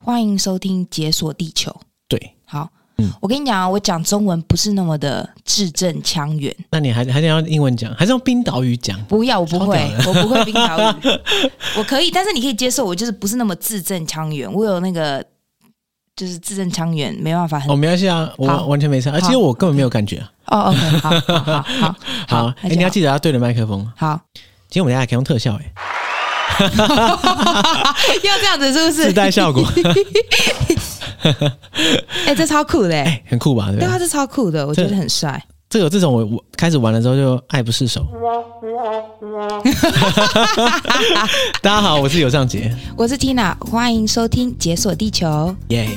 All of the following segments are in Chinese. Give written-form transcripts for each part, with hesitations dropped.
欢迎收听解锁地球。 对， 好，我跟你讲啊，我讲中文不是那么的字正腔圆。 那你还是要英文讲，还是用冰岛语讲？ 不要，我不会，我不会冰岛语。我可以，但是你可以接受我就是不是那么字正腔圆。我有那个就是字正腔圆，没办法很。 没关系啊，我完全没事。而且我根本没有感觉啊。 哦 ，OK， 好， 你要记得要对着麦克风。 好， 今天我们家还可以用特效要这样子是不是？ 自带效果。 这超酷的很酷吧？对啊，这超酷的，我觉得很帅。 这个自从我开始玩了之后就爱不释手。大家好，我是尤尚杰， 我是 Tina， 欢迎收听解锁地球。 耶！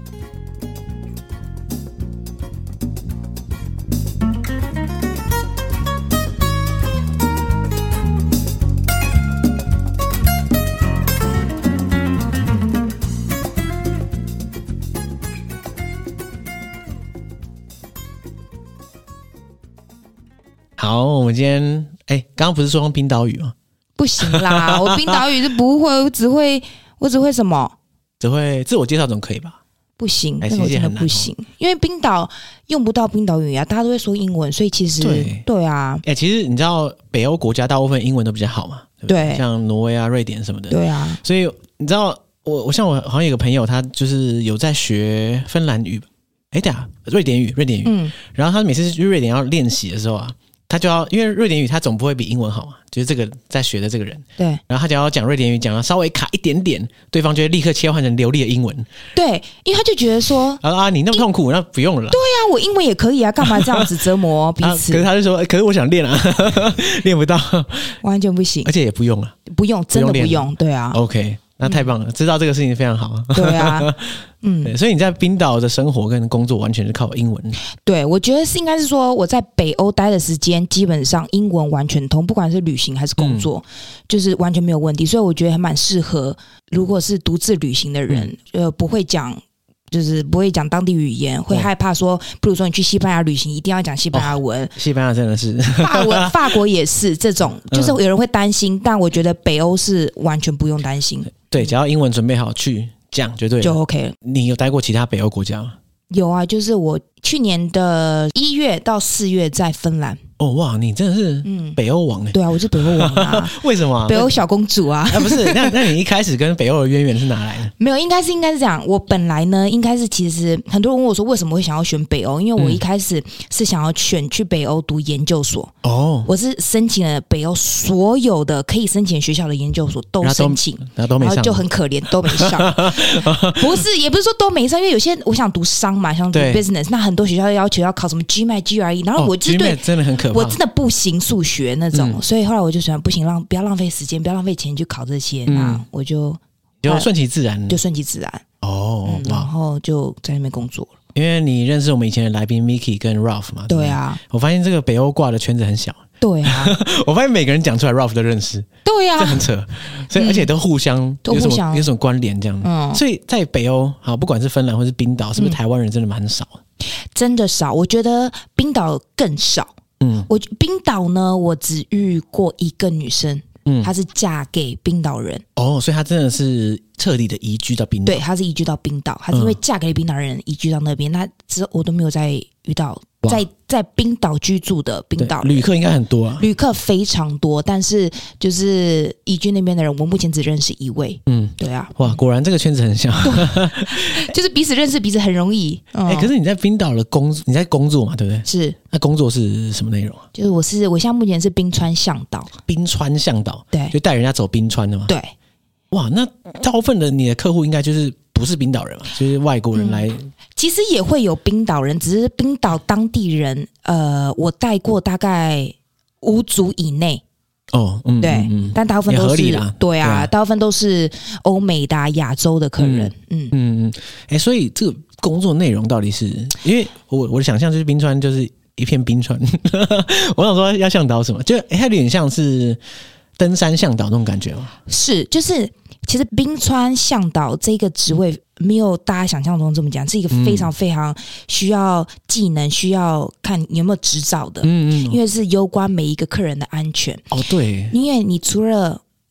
好，我们今天刚刚不是说用冰岛语吗？ 不行啦，我冰岛语是不会，我只会什么？ 只会自我介绍总可以吧？ 不行，那个我真的不行，因为冰岛用不到冰岛语啊，大家都会说英文，所以其实对啊。 其实你知道北欧国家大部分英文都比较好嘛，对不对？ 对， 像挪威啊、瑞典什么的。 对啊， 所以你知道我好像有个朋友，他就是有在学芬兰语，对啊，瑞典语。然后他每次去瑞典要练习的时候啊。他就要，因为瑞典语他总不会比英文好嘛，就是这个在学的这个人， 对。 然后他只要讲瑞典语，讲到稍微卡一点点，对方就会立刻切换成流利的英文。 对，因为他就觉得说， 你那么痛苦，那不用了啦。 对啊，我英文也可以啊，干嘛这样子折磨彼此？ 可是他就说，可是我想练啊，练不到， 完全不行， 而且也不用了， 不用，真的不用，对啊。 OK， 那太棒了，知道这个事情非常好。 对啊。 对，所以你在冰岛的生活跟工作完全是靠英文。 对，我觉得应该是说我在北欧待的时间基本上英文完全通，不管是旅行还是工作，就是完全没有问题，所以我觉得还蛮适合如果是独自旅行的人，不会讲当地语言，会害怕说，比如说你去西班牙旅行一定要讲西班牙文， 西班牙真的是法国也是这种，就是有人会担心，但我觉得北欧是完全不用担心。 对，只要英文准备好去讲就对了， 就 OK 了。 你有待过其他北欧国家吗？ 有啊，就是我去年的1月到4月在芬兰。 哇，你真的是北欧王对啊，我是北欧王啊。 为什么？ 北欧小公主啊。 不是，那你一开始跟北欧的渊源是哪来的？ 没有，应该是这样。我本来呢，应该是其实很多人问我说为什么会想要选北欧，因为我一开始是想要选去北欧读研究所。我是申请了北欧所有的可以申请学校的研究所都申请， 然后就很可怜，都没上。不是，也不是说都没上，因为有些我想读商嘛，想读 business， 那很多学校要求要考什么 GMAT、GRE， 然后我就对真的很可怕， 我真的不行数学那种，所以后来我就想不行，不要浪费时间，不要浪费钱去考这些，那我就顺其自然， 然后就在那边工作了。 因为你认识我们以前的来宾 Miki 跟 Ralph 嘛？ 对啊， 我发现这个北欧挂的圈子很小。 对啊， 我发现每个人讲出来 Ralph 都认识。 对啊， 这很扯，所以而且都互相有什么关联这样。所以在北欧，好，不管是芬兰或是冰岛，是不是台湾人真的蛮少？ 真的少，我觉得冰岛更少。冰岛呢，我只遇过一个女生。她是嫁给冰岛人所以她真的是彻底的移居到冰岛。 对，她是移居到冰岛，她是因为嫁给冰岛人移居到那边。那之后我都没有再遇到在冰岛居住的冰岛人。 旅客应该很多啊， 旅客非常多，但是就是移居那边的人，我目前只认识一位。对啊， 哇，果然这个圈子很小， 就是彼此认识彼此很容易。 可是你在冰岛的你在工作嘛，对不对？ 是。 那工作是什么内容啊？ 就是我现在目前是冰川向导。 冰川向导， 对， 就带人家走冰川的嘛。 对。 哇，那大部分的你的客户应该就是不是冰岛人嘛，就是外国人来。 其实也会有冰岛人，只是冰岛当地人，我带过大概5组以内。对，但大部分都是对啊，大部分都是欧美的、亚洲的客人。 所以这个工作内容到底是，因为我的想象就是冰川就是一片冰川，我想说要向导什么，就它有点像是登山向导那种感觉吗？ 是，就是其实冰川向导这个职位没有大家想象中这么讲，是一个非常非常需要技能，需要看你有没有执照的，因为是攸关每一个客人的安全。 对， 因为你除了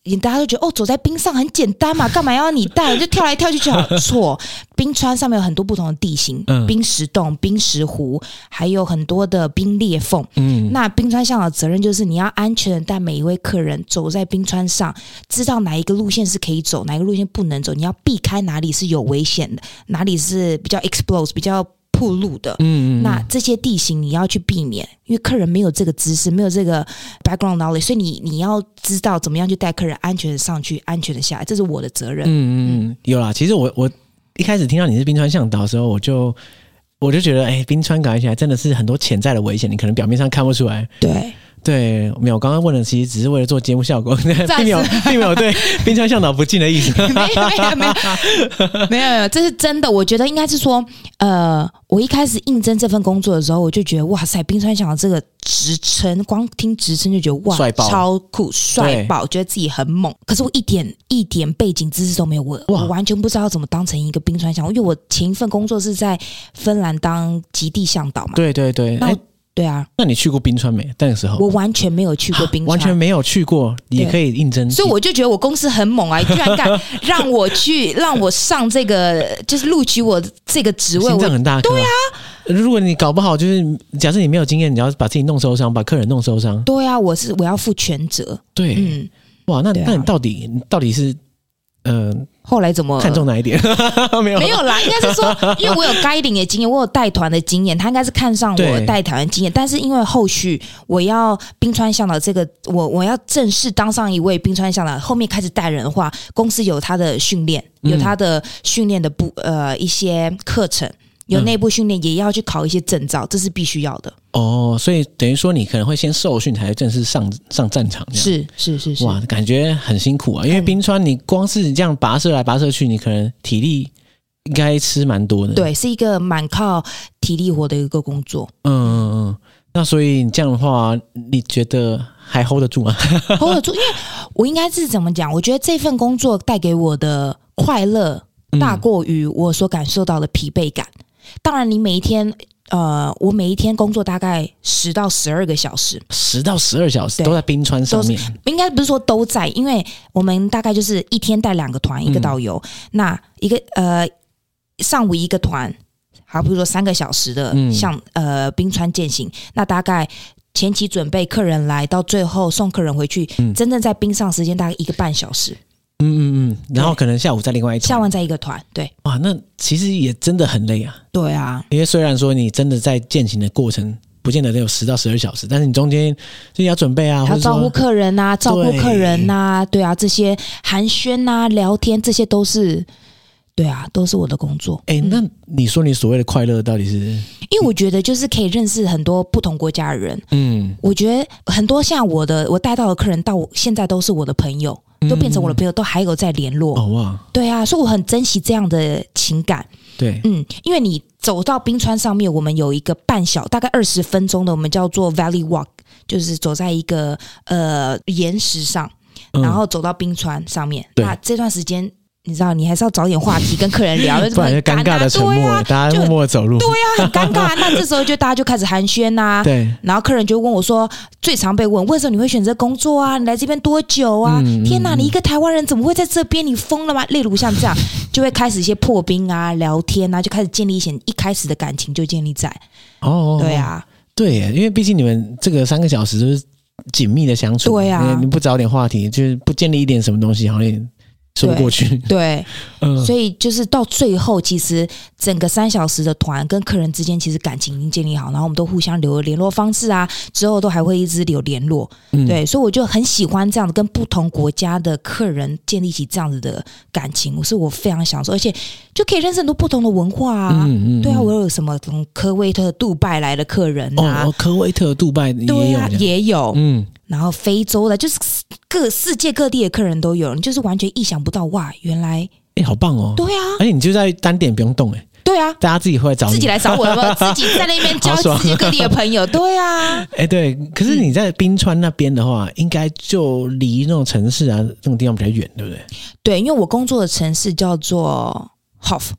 大家都觉得走在冰上很简单嘛，干嘛要你带？就跳来跳去就好。错，冰川上面有很多不同的地形，冰石洞、冰石湖，还有很多的冰裂缝。那冰川向导的责任就是你要安全的带每一位客人走在冰川上，知道哪一个路线是可以走，哪一个路线不能走，你要避开哪里是有危险的，哪里是比较 exposed 比较暴露的，那这些地形你要去避免，因为客人没有这个知识，没有这个 background knowledge， 所以你要知道怎么样去带客人安全的上去，安全的下来，这是我的责任。 有啦，其实我一开始听到你是冰川向导的时候，我就觉得，冰川感觉起来真的是很多潜在的危险，你可能表面上看不出来。对，没有，我刚刚问的其实只是为了做节目效果，并没有对冰川向导不敬的意思。 没有，这是真的。我觉得应该是说，我一开始应征这份工作的时候，我就觉得哇塞，冰川向导这个职称，光听职称就觉得哇，超酷，帅爆，觉得自己很猛。可是我一点背景知识都没有，我完全不知道怎么当成一个冰川向导，因为我前一份工作是在芬兰当极地向导嘛。对。对啊， 那你去过冰川没？那个时候我完全没有去过冰川， 完全没有去过，也可以应征。 所以我就觉得我公司很猛啊，居然敢让我上这个，就是录取我这个职位， 心脏很大。 对啊， 如果你搞不好，就是假设你没有经验，你要把自己弄受伤，把客人弄受伤。 对啊，我要负全责。 对，哇，那你到底是？ 后来怎么看中哪一点？没有啦，应该是说，因为我有 guiding 的经验，我有带团的经验，他应该是看上我带团的经验。但是因为后续我要冰川向导这个，我要正式当上一位冰川向导，后面开始带人的话，公司有他的训练，有他的训练的一些课程。有内部训练，也要去考一些证照，这是必须要的。 所以等于说你可能会先受训，才正式上战场这样。 是。 哇，感觉很辛苦啊！因为冰川，你光是这样跋涉来跋涉去，你可能体力应该吃蛮多的。 对，是一个蛮靠体力活的一个工作。 那所以你这样的话，你觉得还 hold 得住吗 ？hold 得住，因为我应该是怎么讲？我觉得这份工作带给我的快乐大过于我所感受到的疲惫感。当然，你每一天，我每一天工作大概10到12个小时 ，10到12小时都在冰川上面。 应该不是说都在，因为我们大概就是一天带2个团，一个导游。那一个上午一个团，好，比如说3个小时的，像冰川健行，那大概前期准备客人来，到最后送客人回去，真正在冰上时间大概1个半小时。 然后可能下午再另外一团， 下午再一个团，对。 哇，那其实也真的很累啊。 对啊， 因为虽然说你真的在健行的过程不见得得有10到12小时，但是你中间就要准备啊， 还要照顾客人啊，对啊，这些寒暄啊、聊天，这些都是。对啊，都是我的工作。 那你说你所谓的快乐到底是？ 因为我觉得就是可以认识很多不同国家的人。我觉得很多像我带到的客人到现在都是我的朋友，都变成我的朋友，都还有在联络。 哇！ 对啊，所以我很珍惜这样的情感。 对， 因为你走到冰川上面，我们有一个大概20分钟的，我们叫做 Valley Walk， 就是走在一个岩石上，然后走到冰川上面。那这段时间。你知道，你还是要找点话题跟客人聊， 不然就尴尬的沉默，大家默默走路。 对啊，很尴尬。那这时候大家就开始寒暄呐。 对。 然后客人就问我说，最常被问，为什么你会选择工作啊？你来这边多久啊？天哪，你一个台湾人怎么会在这边？你疯了吗？例如像这样，就会开始一些破冰啊、聊天啊，就开始建立一开始的感情就建立在。对啊， 对耶，因为毕竟你们这个3个小时都是紧密的相处。 对啊， 你不找点话题，就是不建立一点什么东西，好像。说不过去， 对，所以就是到最后，其实整个3小时的团跟客人之间，其实感情已经建立好，然后我们都互相留联络方式啊，之后都还会一直有联络，对，所以我就很喜欢这样子跟不同国家的客人建立起这样子的感情，我非常享受，而且就可以认识很多不同的文化啊，对啊，我有什么从科威特、杜拜来的客人啊， 科威特、杜拜也有，然后非洲的，就是世界各地的客人都有，你就是完全意想不到哇！原来好棒哦！ 对啊， 而且你就在单点不用动对啊， 大家自己会来找你， 自己来找我，自己在那边交世界各地的朋友，对啊， 对。可是你在冰川那边的话，应该就离那种城市啊这种地方比较远，对不对？ 对，因为我工作的城市叫做 Hof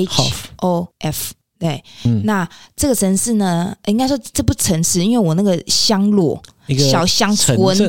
HOF。对，那这个城市呢，应该说这不城市，因为我那个乡落、小乡村，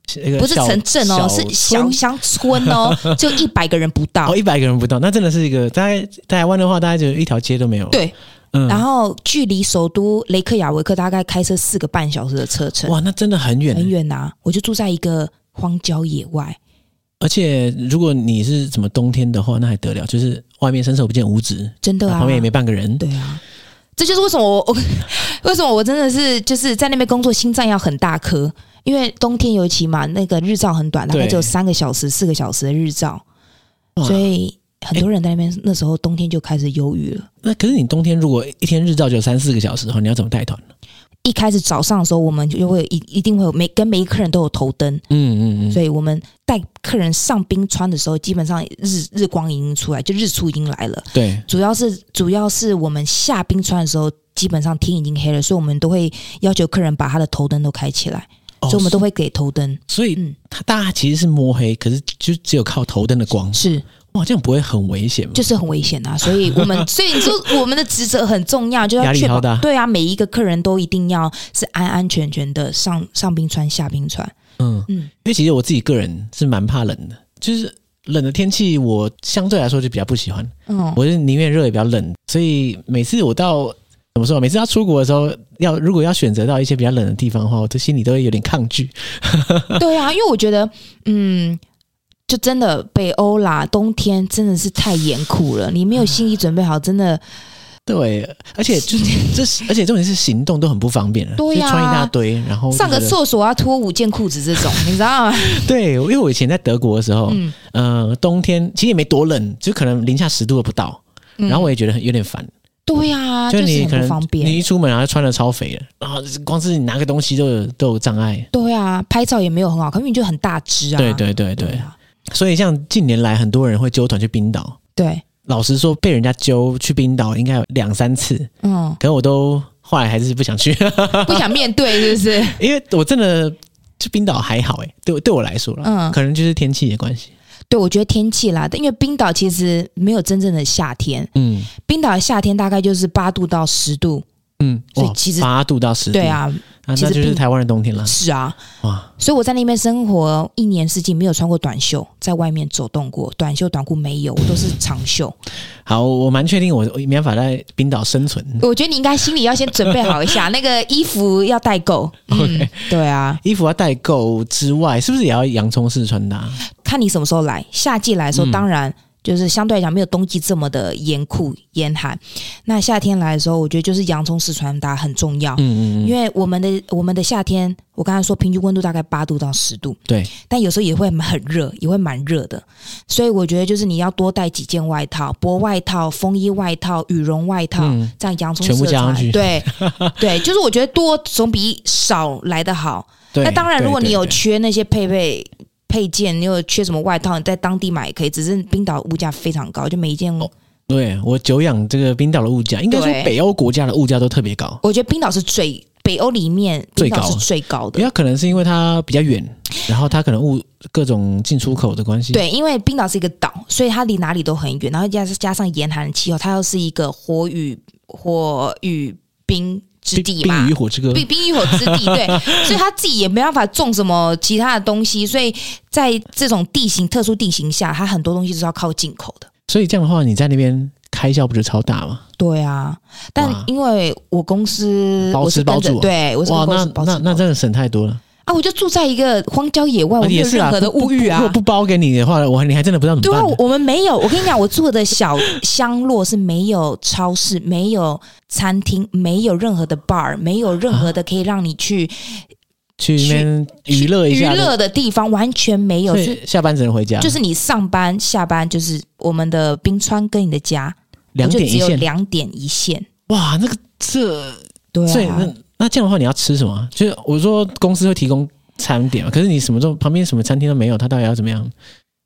不是城镇哦，是小乡村哦，就100个人不到。 100个人不到，那真的是一个大概台湾的话，大概就一条街都没有。 对，然后距离首都雷克雅维克大概开车4个半小时的车程。 哇，那真的很远， 很远啊！我就住在一个荒郊野外。 而且如果你是什么冬天的话，那还得了，就是外面伸手不见五指， 真的啊， 旁边也没半个人。 对啊，这就是为什么为什么我真的是就是在那边工作，心脏要很大颗，因为冬天尤其嘛，那个日照很短，大概只有3个小时、4个小时的日照，所以很多人在那边那时候冬天就开始忧郁了。 那可是你冬天如果一天日照只有3-4个小时的话，你要怎么带团呢？ 一开始早上的时候，我们就会一定会有跟每一个客人都有头灯，所以我们带客人上冰川的时候，基本上日光已经出来，就日出已经来了。 对， 主要是我们下冰川的时候，基本上天已经黑了，所以我们都会要求客人把他的头灯都开起来，所以我们都会给头灯。 所以大家其实是摸黑，可是就只有靠头灯的光。 是。 哇，这样不会很危险吗？ 就是很危险啊！所以你说我们的职责很重要，就要确保，对啊，每一个客人都一定要是安安全全的上冰川、下冰川。 因为其实我自己个人是蛮怕冷的，就是冷的天气我相对来说就比较不喜欢。我是宁愿热也比较冷，所以每次我到怎么说？每次要出国的时候，如果要选择到一些比较冷的地方的话，我的心里都会有点抗拒。 对啊，因为我觉得，就真的北欧啦，冬天真的是太严酷了，你没有心理准备好，真的。 对，而且而且重点是行动都很不方便了， 对呀， 穿一大堆，然后上个厕所要脱5件裤子这种，你知道吗？ 对，因为我以前在德国的时候，冬天其实也没多冷，就可能零下10度都不到，然后我也觉得有点烦。 对呀， 就你很不方便， 你一出门然后穿的超肥了，然后光是你拿个东西都有障碍。 对啊，拍照也没有很好看，因为你就很大只啊。 对啊。所以像近年来很多人会揪团去冰岛。对，老实说被人家揪去冰岛应该有2-3次，可是我都后来还是不想去， 不想面对，是不是？ 因为我真的去冰岛还好对我来说啦，可能就是天气的关系。 对，我觉得天气啦，因为冰岛其实没有真正的夏天，冰岛的夏天大概就是8度到10度，所以其实 8度到10度， 对啊。 那就是台湾的冬天了。 是啊，哇！所以我在那边生活1年4季没有穿过短袖，在外面走动过，短袖短裤没有，我都是长袖。 好，我蛮确定我没办法在冰岛生存。 我觉得你应该心里要先准备好一下，那个衣服要带够。对啊， 衣服要带够之外，是不是也要洋葱式穿搭？ 看你什么时候来，夏季来的时候，当然。就是相对来讲没有冬季这么的严酷严寒，那夏天来的时候，我觉得就是洋葱式穿搭很重要。因为我们的夏天，我刚才说平均温度大概8度到10度，对，但有时候也会很热，也会蛮热的，所以我觉得就是你要多带几件外套，薄外套、风衣外套、羽绒外套，这样洋葱式全部加上去。 对，就是我觉得多总比少来得好。那当然，如果你有缺那些配件，你有缺什么外套，你在当地买也可以。只是冰岛物价非常高，就每一件。 对，我久仰这个冰岛的物价，应该说北欧国家的物价都特别高。 我觉得冰岛是北欧里面冰岛是最高的。 因为可能是因为它比较远，然后它可能各种进出口的关系。 对，因为冰岛是一个岛，所以它离哪里都很远，然后加上严寒的气候，它又是一个火与冰之地嘛， 冰与火之歌， 冰与火之地，对，所以他自己也没办法种什么其他的东西，所以在这种特殊地形下，他很多东西都是要靠进口的。 所以这样的话，你在那边开销不是超大吗？ 对啊，但因为我公司包吃包住， 对，我是公司包吃包住， 那真的省太多了。 啊！我就住在一个荒郊野外，我没有任何的物欲啊。 如果不包给你的话，你还真的不知道怎么办。 对啊，我们没有。我跟你讲，我住的小乡落是没有超市、没有餐厅、没有任何的 bar、没有任何的可以让你去那边娱乐一下的地方，完全没有。 下班只能回家， 就是你上班下班，就是我们的冰川跟你的家 2点一线 ，2点一线。 哇，对啊。那这样的话，你要吃什么？就是我说公司会提供餐点嘛，可是你什么时候旁边什么餐厅都没有，他到底要怎么样？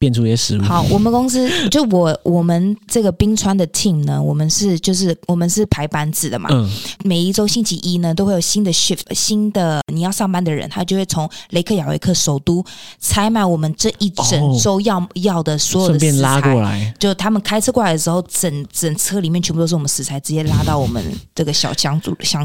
变出一些食物。 好，我们公司就我们这个冰川的 team 呢，我们是排班制的嘛，每一周星期一呢都会有新的 shift， 新的你要上班的人，他就会从雷克雅维克首都采买我们这一整周要的所有的食材， 顺便拉过来。 就他们开车过来的时候，整车里面全部都是我们食材，直接拉到我们这个小乡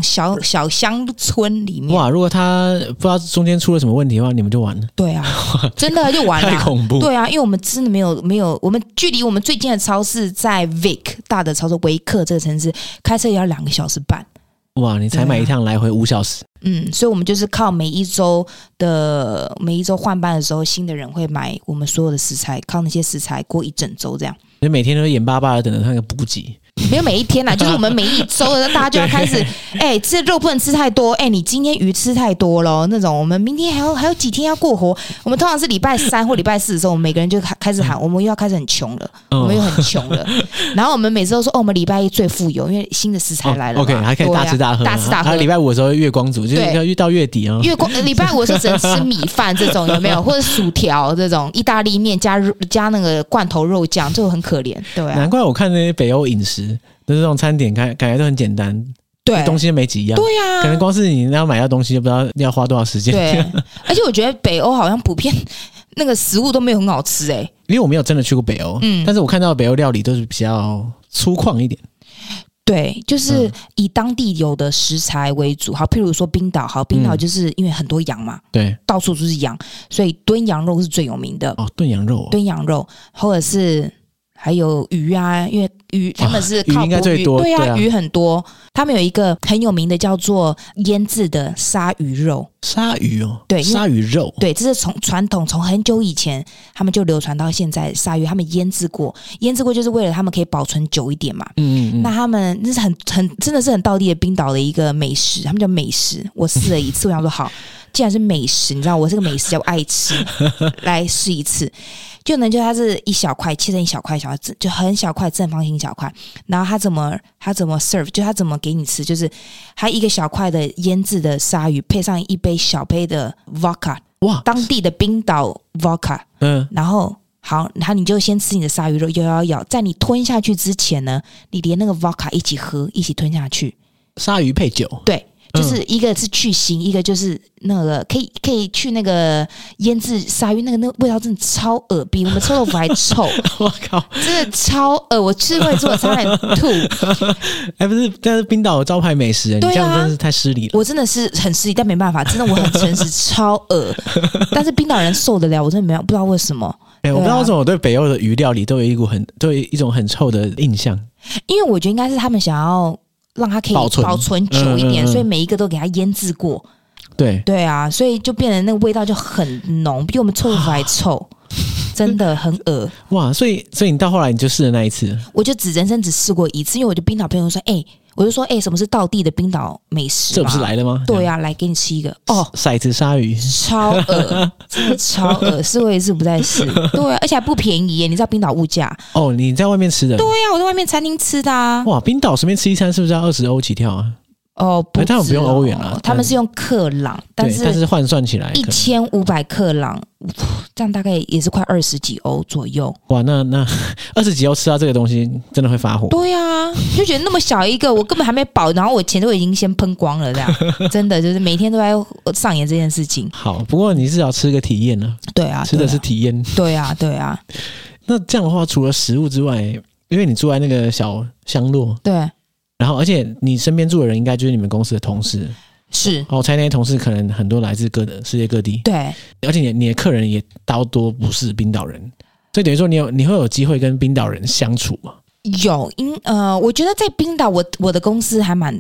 村里面。 哇！如果他不知道中间出了什么问题的话，你们就完了。 对啊，真的就完了， 太恐怖。 对啊，因为我们真的没有，我们距离我们最近的超市在 Vic 大的超市维克这个城市，开车也要2个小时半。 哇！你采买一趟来回5小时。 所以我们就是靠每一周换班的时候，新的人会买我们所有的食材，靠那些食材过一整周这样。 就每天都眼巴巴的等着那个补给。 没有每一天啦，就是我们每一周的，大家就要开始，这肉不能吃太多，你今天鱼吃太多了那种。我们明天还有几天要过活，我们通常是礼拜3或礼拜4的时候，我们每个人就开始喊，我们又要开始很穷了，我们又很穷了。然后我们每次都说，我们礼拜1最富有，因为新的食材来了嘛。 OK， 还可以大吃大喝， 大吃大喝。 礼拜5的时候月光族，就是要遇到月底啊。 礼拜5的时候只能吃米饭这种有没有，或者薯条这种意大利面加那个罐头肉酱，就很可怜。对啊， 难怪我看那些北欧饮食。就是这种餐点感觉都很简单， 对， 东西都没几样， 对啊， 可能光是你要买到东西就不知道要花多少时间。 对，而且我觉得北欧好像普遍那个食物都没有很好吃因为我没有真的去过北欧，但是我看到的北欧料理都是比较粗犷一点。 对，就是以当地有的食材为主。好，譬如说冰岛，冰岛就是因为很多羊嘛， 对， 到处都是羊，所以炖羊肉是最有名的。 炖羊肉， 或者是。还有鱼啊，因为鱼他们是靠鱼应该最多， 对啊，鱼很多。他们有一个很有名的叫做腌制的鲨鱼肉， 鲨鱼哦， 对， 鲨鱼肉， 对，这是从传统从很久以前他们就流传到现在，鲨鱼他们腌制过就是为了他们可以保存久一点嘛。那他们那是很真的是很道地的冰岛的一个美食，他们叫美食。我试了一次，我想说好，既然是美食，你知道我这个美食叫爱吃，来试一次。就它是一小块切成一小块就很小块正方形小块，然后它怎么 serve， 就它怎么给你吃，就是它一个小块的腌制的鲨鱼配上一杯小杯的 vodka， 哇，当地的冰岛 vodka， 然后好，然后你就先吃你的鲨鱼肉，咬，在你吞下去之前呢，你连那个 vodka 一起喝，一起吞下去， 鲨鱼配酒， 对。就是一个是去腥，一个就是那个可以去那个腌制鲨鱼，那个味道真的超恶，比我们臭豆腐还臭。 我靠， 真的超恶！我吃过一次，我差点吐。 不是，但是冰岛的招牌美食，你这样真的是太失礼了。 我真的是很失礼，但没办法，真的我很诚实，超恶。但是冰岛人受得了，我真的不知道为什么。 我不知道为什么我对北欧的鱼料理都有一种很臭的印象， 因为我觉得应该是他们想要。让它可以保存久一点，所以每一个都给它腌制过。对啊，所以就变得那个味道就很浓，比我们臭豆腐还臭，真的很恶。哇！ 所以你到后来你就试了那一次， 我就人生只试过一次，因为我就冰岛朋友说，我就说，什么是道地的冰岛美食？ 这不是来了吗？ 对啊，来给你吃一个骰子鲨鱼， 超恶，真的超恶，试过一次不再试。对啊，而且还不便宜耶，你知道冰岛物价？ 你在外面吃的？ 对啊，我在外面餐厅吃的啊。 哇，冰岛随便吃一餐是不是要20欧起跳啊？他们不用欧元啊， 他们是用克朗，但是换算起来 1500克朗，这样大概也是快20几欧左右。 哇，那20几欧吃到这个东西真的会发火。 对啊，就觉得那么小一个，我根本还没饱，然后我钱都已经先喷光了，这样真的就是每天都在上演这件事情。 好，不过你至少吃个体验了。 对啊， 吃的是体验。 对啊。 那这样的话，除了食物之外，因为你住在那个小乡落，对。然后，而且你身边住的人应该就是你们公司的同事， 是我猜那些同事可能很多来自世界各地， 对， 而且你的客人也大多不是冰岛人，所以等于说你会有机会跟冰岛人相处吗？ 有，我觉得在冰岛，我的公司还蛮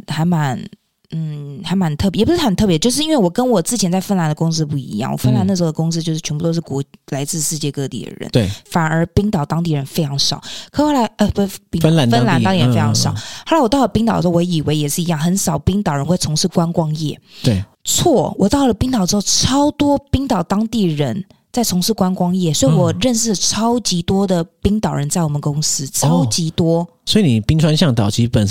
特别，也不是很特别，就是因为我跟我之前在芬兰的公司不一样，我芬兰那时候的公司就是全部都是来自世界各地的人，对，反而冰岛当地人非常少。可后来芬兰当地人非常少。后来我到了冰岛的时候，我以为也是一样，很少冰岛人会从事观光业，对，错，我到了冰岛之后，超多冰岛当地人在从事观光业，所以我认识超级多的冰岛人在我们公司，超级多。 所以你冰川向导其实本身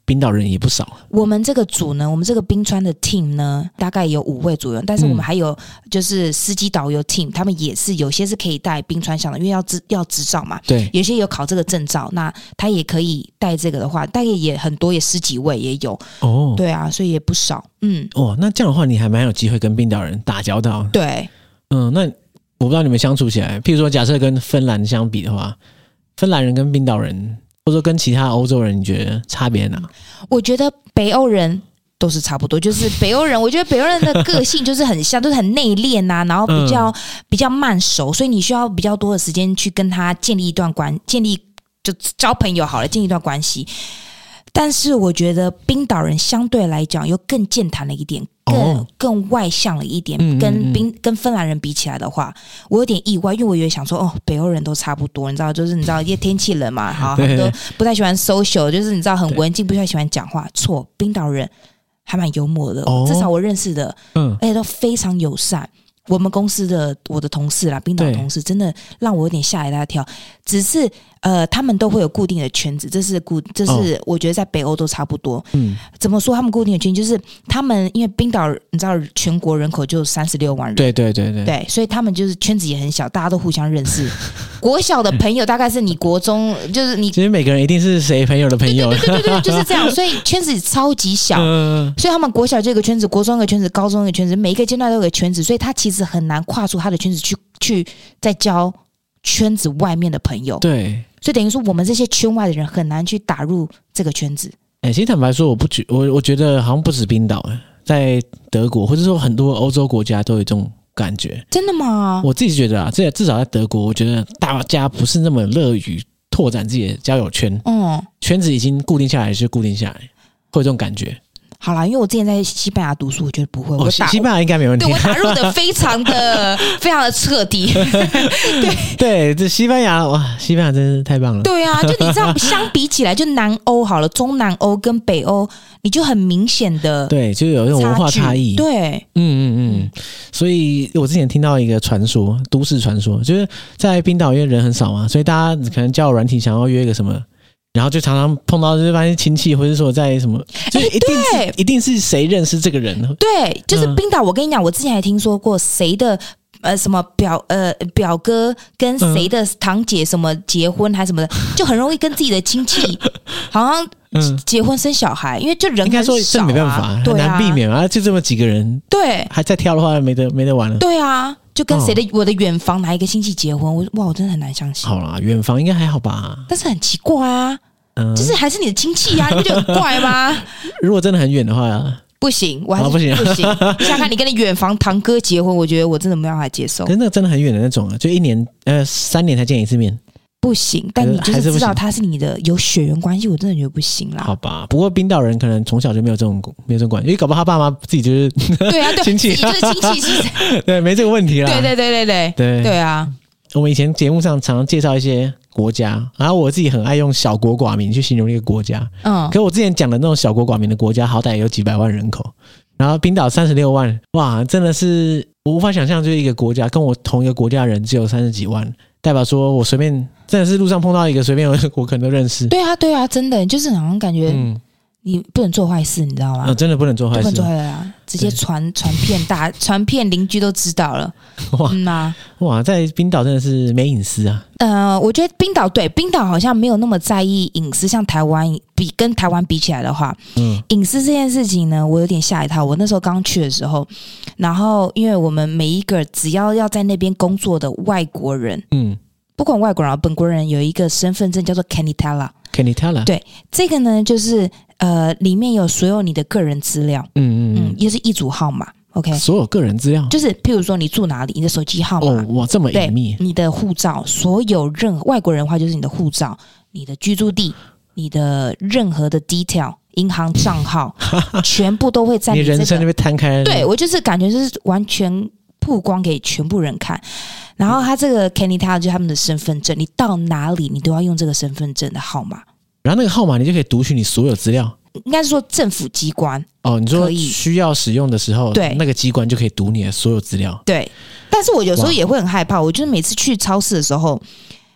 冰岛人也不少。 我们这个组呢，我们这个冰川的 team 呢，大概有5位左右，但是我们还有就是司机导游 team，他们也是有些是可以带冰川箱的，因为要执照嘛。 对， 有些有考这个证照，那他也可以带这个的话，大概也很多，也10几位也有。哦，对啊，所以也不少。 那这样的话，你还蛮有机会跟冰岛人打交道。 对， 那我不知道你们相处起来，譬如说假设跟芬兰相比的话，芬兰人跟冰岛人，或者说跟其他欧洲人，你觉得差别哪？ 我觉得北欧人都是差不多，就是北欧人，我觉得北欧人的个性就是很像，都是很内敛啊，然后比较慢熟，所以你需要比较多的时间去跟他建立就交朋友好了，建立一段关系。但是我觉得冰岛人相对来讲又更健谈了一点，更外向了一点，跟芬兰人比起来的话，我有点意外，因为我也想说，北欧人都差不多，你知道，就是你知道，因为天气冷嘛，好，他们都不太喜欢 social， 就是你知道很文静，不太喜欢讲话。错，冰岛人还蛮幽默的，至少我认识的，而且都非常友善。我们公司的我的同事啦，冰岛同事真的让我有点吓一大跳。只是他们都会有固定的圈子，这是我觉得在北欧都差不多。怎么说他们固定的圈子？就是他们因为冰岛你知道全国人口就36万人，对，所以他们就是圈子也很小，大家都互相认识。国小的朋友大概是你国中，就是你其实每个人一定是谁朋友的朋友， 对，就是这样。所以圈子超级小，所以他们国小就有个圈子，国中有个圈子，高中有个圈子，每一个阶段都有个圈子，所以他其实很难跨出他的圈子去再交圈子外面的朋友。 对， 所以等于说我们这些圈外的人很难去打入这个圈子。 其实坦白说，我觉得好像不止冰岛，在德国或者说很多欧洲国家都有这种感觉。真的吗？我自己觉得啊，至少在德国，我觉得大家不是那么乐于拓展自己的交友圈。圈子已经固定下来就固定下来，会有这种感觉。好啦，因为我之前在西班牙读书，我觉得不会。西班牙应该没问题。对，我打入的非常的彻底。对，这西班牙哇，西班牙真是太棒了。对啊，就你这样相比起来，就南欧好了，中南欧跟北欧，你就很明显的对，就有那种文化差异。对，所以我之前听到一个传说，都市传说，就是在冰岛因为人很少嘛，所以大家可能交友软体想要约一个什么。然后就常常碰到就是发现亲戚，或者说在什么，就一定是谁认识这个人。对，就是冰岛。我跟你讲，我之前还听说过谁的什么表哥跟谁的堂姐什么结婚还什么的，就很容易跟自己的亲戚好像结婚生小孩，因为就人很少、啊、应该说这没办法，很难避免啊，就这么几个人，对，还再挑的话没得玩了。对啊。就跟我的远房哪一个亲戚结婚，我真的很难相信。好啦，远房应该还好吧，但是很奇怪啊，就是还是你的亲戚啊，你不觉得很怪吗？如果真的很远的话，不行，我还是不行。你想看你跟你远房堂哥结婚，我觉得我真的没办法接受。可是那个真的很远的那种啊，就1年3年才见一次面。不行，但你就是知道他是你的有血缘关系，我真的觉得不行啦。好吧，不过冰岛人可能从小就没有这种关系，因为搞不好他爸妈自己就是对啊，对亲戚，自己就是亲戚是，对，没这个问题啦。对啊。我们以前节目上常常介绍一些国家，然后我自己很爱用小国寡民去形容一个国家。可我之前讲的那种小国寡民的国家，好歹有几百万人口，然后冰岛36万，哇，真的是我无法想象，就是一个国家跟我同一个国家的人只有30几万。代表说我随便真的是路上碰到一个随便我可能都认识。对啊，真的就是好像感觉你不能做坏事，你知道吗？真的不能做坏事，不能做坏事啊！直接传遍邻居都知道了。哇，在冰岛真的是没隐私啊。我觉得冰岛好像没有那么在意隐私，像台湾跟台湾比起来的话，隐私这件事情呢，我有点吓一跳。我那时候刚去的时候，然后因为我们每一个只要在那边工作的外国人，不管外国人本国人有一个身份证叫做 Kenittala。对，这个呢就是里面有所有你的个人资料，也是一组号码。OK， 所有个人资料就是譬如说你住哪里，你的手机号码，哇，这么隐秘，你的护照，所有外国人的话就是你的护照、你的居住地、你的任何的 detail、银行账号，全部都会在你人生那边摊开。对，我就是感觉就是完全曝光给全部人看。然后他这个 Kenittala 就是他们的身份证，你到哪里你都要用这个身份证的号码，然后那个号码你就可以读取你所有资料。应该是说政府机关你说需要使用的时候，对，那个机关就可以读你的所有资料。对，但是我有时候也会很害怕，我就是每次去超市的时候，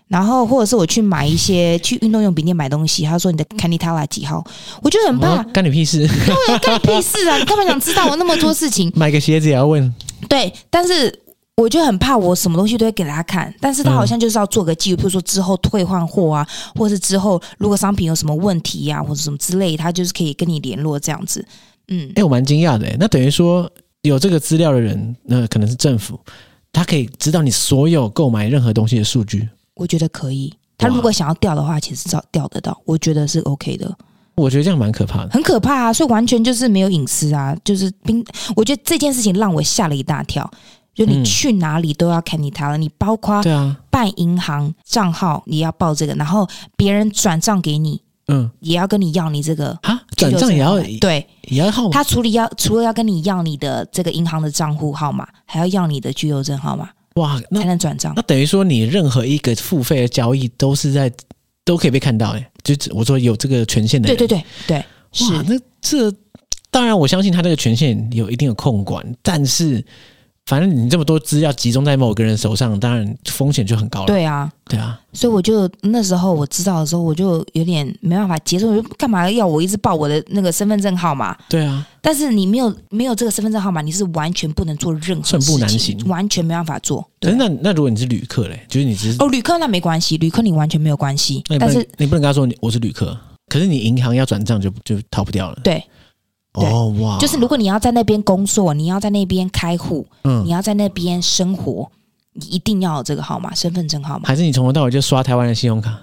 然后或者是我去买一些去运动用品店买东西，他说你的 Cannitala 几号，我就很怕， 干你屁事！ 对啊，干你屁事啊！你干嘛想知道我那么多事情？ 买个鞋子也要问。 对，但是我就很怕我什么东西都会给他看，但是他好像就是要做个记录，比如说之后退换货啊，或者是之后如果商品有什么问题呀、或者什么之类，他就是可以跟你联络这样子。 我蛮惊讶的，那等于说有这个资料的人，那可能是政府，他可以知道你所有购买任何东西的数据。我觉得可以，他如果想要调的话，其实调得到，我觉得是 OK 的。 我觉得这样蛮可怕的， 很可怕啊！所以完全就是没有隐私啊，就是我觉得这件事情让我吓了一大跳。就你去哪里都要看你他了，你包括办银行账号也要报这个，然后别人转账给你，也要跟你要你这个啊，转账也要对， 也要号码。 他除了要跟你要你的这个银行的账户号码，还要要你的居留证号码。哇，才能转账。 那等于说你任何一个付费的交易都可以被看到就我说有这个权限的人。 对，是。 那这当然我相信他这个权限有一定的控管，但是反正你这么多资料集中在某个人手上，当然风险就很高了。 对啊，所以我就那时候我知道的时候，我就有点没办法接受，我就干嘛要我一直报我的那个身份证号码？ 对啊， 但是你没有这个身份证号码，你是完全不能做任何事情， 寸步难行， 完全没办法做。 可是那如果你是旅客嘞，就是你只是旅客那没关系，旅客你完全没有关系。但是你不能跟他说我是旅客，可是你银行要转账就逃不掉了。 对。哇！就是如果你要在那边工作，你要在那边开户，你要在那边生活，你一定要有这个号码，身份证号码。 还是你从头到尾就刷台湾的信用卡？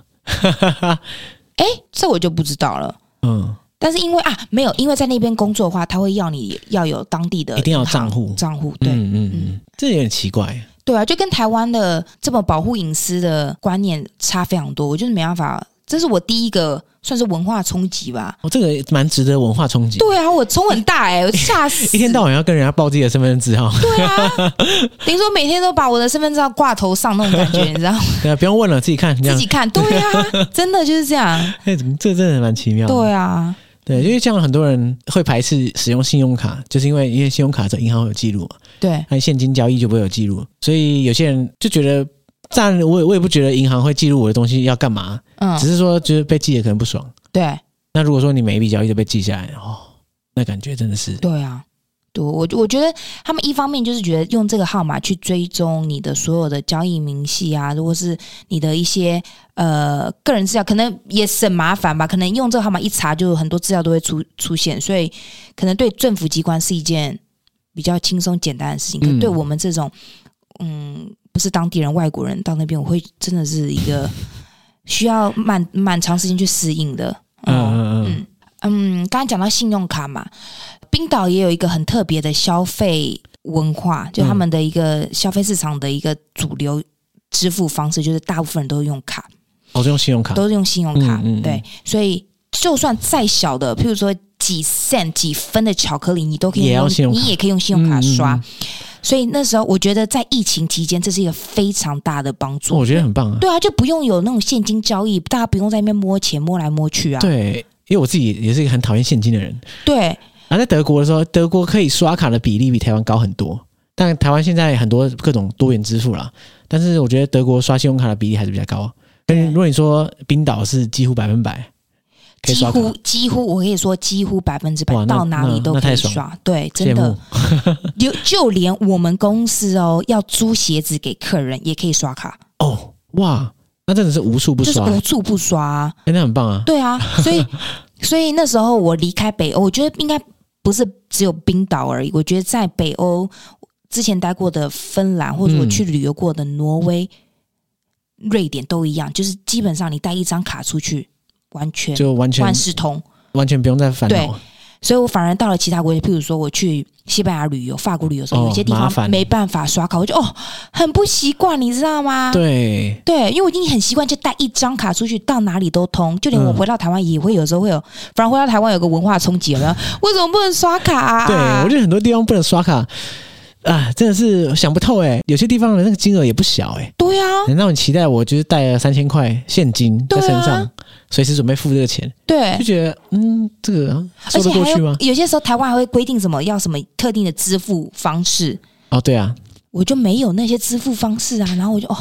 这我就不知道了。但是因为没有，因为在那边工作的话，他会要你要有当地的一定要账户， 对， 这有点奇怪。 对啊，就跟台湾的这么保护隐私的观念差非常多，我就是没办法。这是我第一个算是文化冲击吧。 这个蛮值得文化冲击。 对啊，我冲很大我吓死！ 一天到晚要跟人家报自己的身份证字号。 对啊，等于说每天都把我的身份证挂头上那种感觉，你知道吗？ 对啊，不用问了，自己看， 自己看。对啊，真的就是这样。 这真的蛮奇妙的。 对啊， 对，因为像很多人会排斥使用信用卡，就是因为信用卡在银行会有记录嘛。 对， 那现金交易就不会有记录，所以有些人就觉得。当然我也不觉得银行会记录我的东西要干嘛，只是说就是被记了可能不爽。 对， 那如果说你每一笔交易都被记下来，那感觉真的是。 对啊，对，我觉得他们一方面就是觉得用这个号码去追踪你的所有的交易明细啊，如果是你的一些个人资料，可能也省麻烦吧，可能用这个号码一查就很多资料都会出现，所以可能对政府机关是一件比较轻松简单的事情，可对我们这种不是当地人外国人到那边，我会真的是一个需要蛮长时间去适应的。刚才讲到信用卡嘛，冰岛也有一个很特别的消费文化，就他们的一个消费市场的一个主流支付方式，就是大部分人都用卡。 都是用信用卡， 都是用信用卡。对，所以就算再小的，譬如说几 cent 几分的巧克力，你都可以用，你也可以用信用卡刷。所以那时候我觉得在疫情期间，这是一个非常大的帮助。 我觉得很棒啊。 对啊，就不用有那种现金交易，大家不用在那边摸钱摸来摸去啊。 对，因为我自己也是一个很讨厌现金的人。 对。 然后在德国的时候，德国可以刷卡的比例比台湾高很多，但台湾现在很多各种多元支付啦，但是我觉得德国刷信用卡的比例还是比较高。跟如果你说冰岛是几乎100%。 几乎，我可以说几乎100%，到哪里都可以刷。对，真的，就连我们公司要租鞋子给客人也可以刷卡。 哇，那真的是无处不刷， 就是无处不刷啊！ 那很棒啊。 对啊，所以那时候我离开北欧，我觉得应该不是只有冰岛而已。我觉得在北欧之前待过的芬兰，或者我去旅游过的挪威、瑞典都一样，就是基本上你带一张卡出去。完全万事通， 完全不用再烦恼。 对，所以我反而到了其他国家，譬如说我去西班牙旅游、法国旅游的时候，有些地方没办法刷卡，我就很不习惯，你知道吗？ 对， 因为我已经很习惯，就带一张卡出去，到哪里都通。就连我回到台湾也会有时候会有，反而回到台湾有个文化冲击，有没有？为什么不能刷卡啊？ 对，我觉得很多地方不能刷卡。真的是想不透有些地方的那个金额也不小对啊， 难道你期待我就是带了3000块现金在身上，随时准备付这个钱？对，就觉得这个说得过去吗？ 有些时候台湾还会规定什么要什么特定的支付方式。 对啊， 我就没有那些支付方式啊，然后我就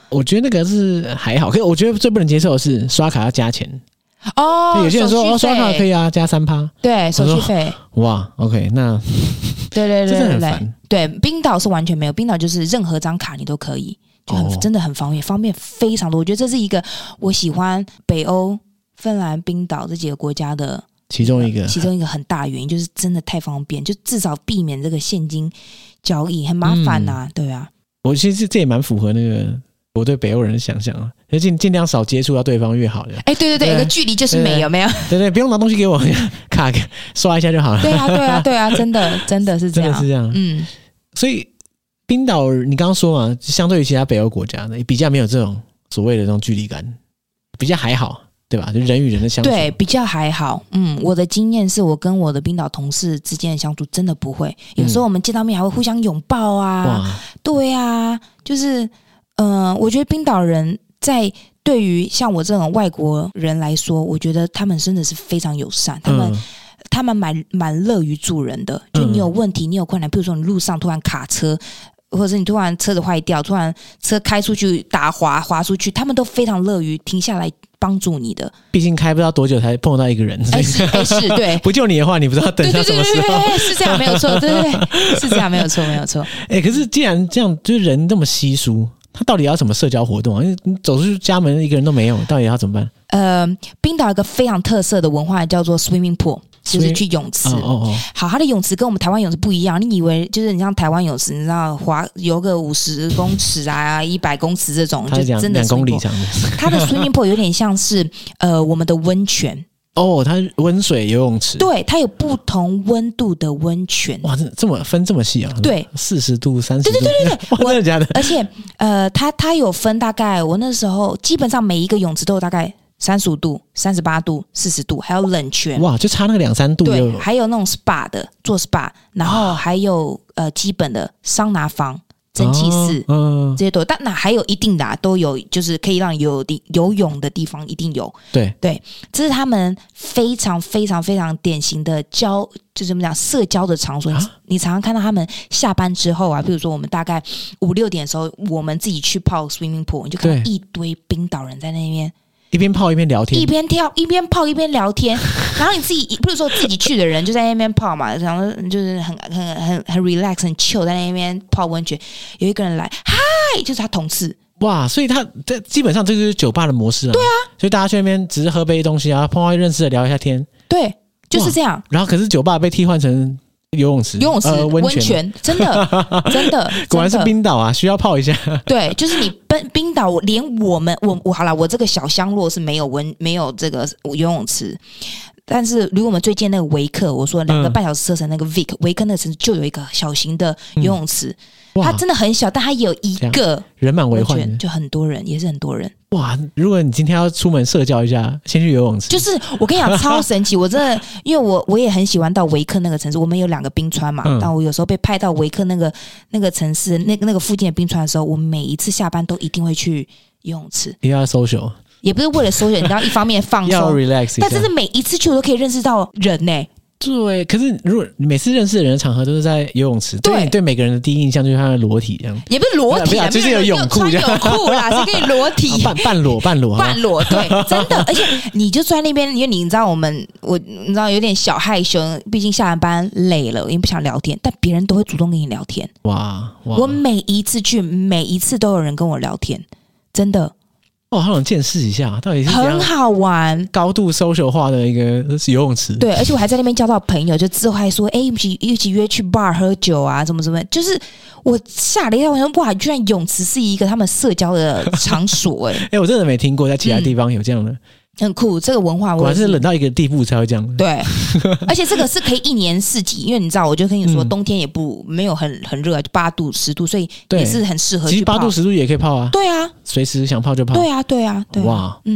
我觉得那个是还好，可是我觉得最不能接受的是刷卡要加钱。有些人说刷卡可以啊，加3%， 对，手续费。 哇 ，OK， 那对， 真的很烦。 对，冰岛是完全没有，冰岛就是任何张卡你都可以，就真的很方便，方便非常多。我觉得这是一个我喜欢北欧、芬兰、冰岛这几个国家的其中一个很大原因，就是真的太方便，就至少避免这个现金交易很麻烦啊，对啊。 我其实这也蛮符合那个我对北欧人的想象啊，就尽量少接触到对方越好的。 对，有个距离就是没有， 对，不用拿东西给我，卡刷一下就好了。 对啊，真的是这样， 真的是这样。所以冰岛你刚刚说嘛，相对于其他北欧国家呢，比较没有这种所谓的这种距离感，比较还好，对吧？就人与人的相处， 对，比较还好。我的经验是我跟我的冰岛同事之间的相处真的不会，有时候我们见到面还会互相拥抱啊。对啊，就是我觉得冰岛人在对于像我这种外国人来说，我觉得他们真的是非常友善，他们蛮乐于助人的。就你有问题，你有困难，比如说你路上突然卡车，或者是你突然车子坏掉，突然车开出去滑出去，他们都非常乐于停下来帮助你的。毕竟开不到多久才碰到一个人，是对，不救你的话，你不知道等到什么时候。对，是这样，没有错，对，是这样，没有错。可是既然这样，就是人这么稀疏，他到底要什么社交活动啊？因为你走出去家门一个人都没有，到底要怎么办？冰岛有一个非常特色的文化叫做 swimming pool， 就是去泳池。好，它的泳池跟我们台湾泳池不一样。你以为就是你像台湾泳池，你知道游个50公尺啊、100公尺这种，就真的2公里这样子。它的 swimming pool 有点像是我们的温泉。它温水游泳池，对，它有不同温度的温泉。哇，这么分这么细啊？对，40度、30度，对，真的假的？而且它有分大概，我那时候基本上每一个泳池都有大概35度、38度、40度，还有冷泉。哇，就差那个2-3度。对，还有那种 SPA 的做 SPA， 然后还有基本的桑拿房。蒸汽室，这些都有，但那还有一定的都有，就是可以让游泳的地方一定有。对，这是他们非常非常非常典型的就怎么讲社交的场所。你常常看到他们下班之后啊，比如说我们大概5-6点的时候，我们自己去泡 swimming pool， 你就看到一堆冰岛人在那边。一边泡一边聊天，一边跳一边泡一边聊天，然后你自己，比如说自己去的人就在那边泡嘛，然后就是很 relax 很 chill 在那边泡温泉，有一个人来，嗨，就是他同事。哇，所以他基本上这就是酒吧的模式啊。对啊，所以大家去那边只是喝杯东西啊，碰到认识的聊一下天。对，就是这样。然后可是酒吧被替换成游泳池、温泉，真的，果然是冰岛啊，需要泡一下。对，就是你冰岛，连我好啦，我这个小乡落是没有这个游泳池，但是离我们最近那个维克，我说2个半小时车程那个维克那个城市就有一个小型的游泳池，它真的很小，但它也有一个人满为患，就很多人，也是很多人。哇！如果你今天要出门社交一下，先去游泳池。就是我跟你讲，超神奇！我真的，因为我也很喜欢到维克那个城市。我们有2个冰川嘛，但我有时候被派到维克那个城市那个附近的冰川的时候，我每一次下班都一定会去游泳池。一定要 social， 也不是为了 social， 你知道，一方面放松，要 relax， 但是每一次去我都可以认识到人呢。对，可是如果你每次认识的人的场合都是在游泳池，对你对每个人的第一印象就是他的裸体这样，也不是裸体啊，就是有泳裤这样，泳裤啦，是可以裸体，半裸，对，真的，而且你就坐在那边，因为你知道你知道有点小害羞，毕竟下完班累了，也不想聊天，但别人都会主动跟你聊天。哇！我每一次去，每一次都有人跟我聊天，真的。好想见识一下，到底是很好玩、高度 social 化的一个游泳池。对，而且我还在那边交到朋友，就之后还说，一起约去 bar 喝酒啊，怎么，就是我吓了一跳，我说哇，居然泳池是一个他们社交的场所，我真的没听过，在其他地方有这样的。很酷，这个文化果然是冷到一个地步才会这样。对，而且这个是可以1年4季，因为你知道，我就跟你说，冬天也没有很热，就8度10度，所以也是很适合去泡。其实8度10度也可以泡啊。对啊，随时想泡就泡。对啊。哇，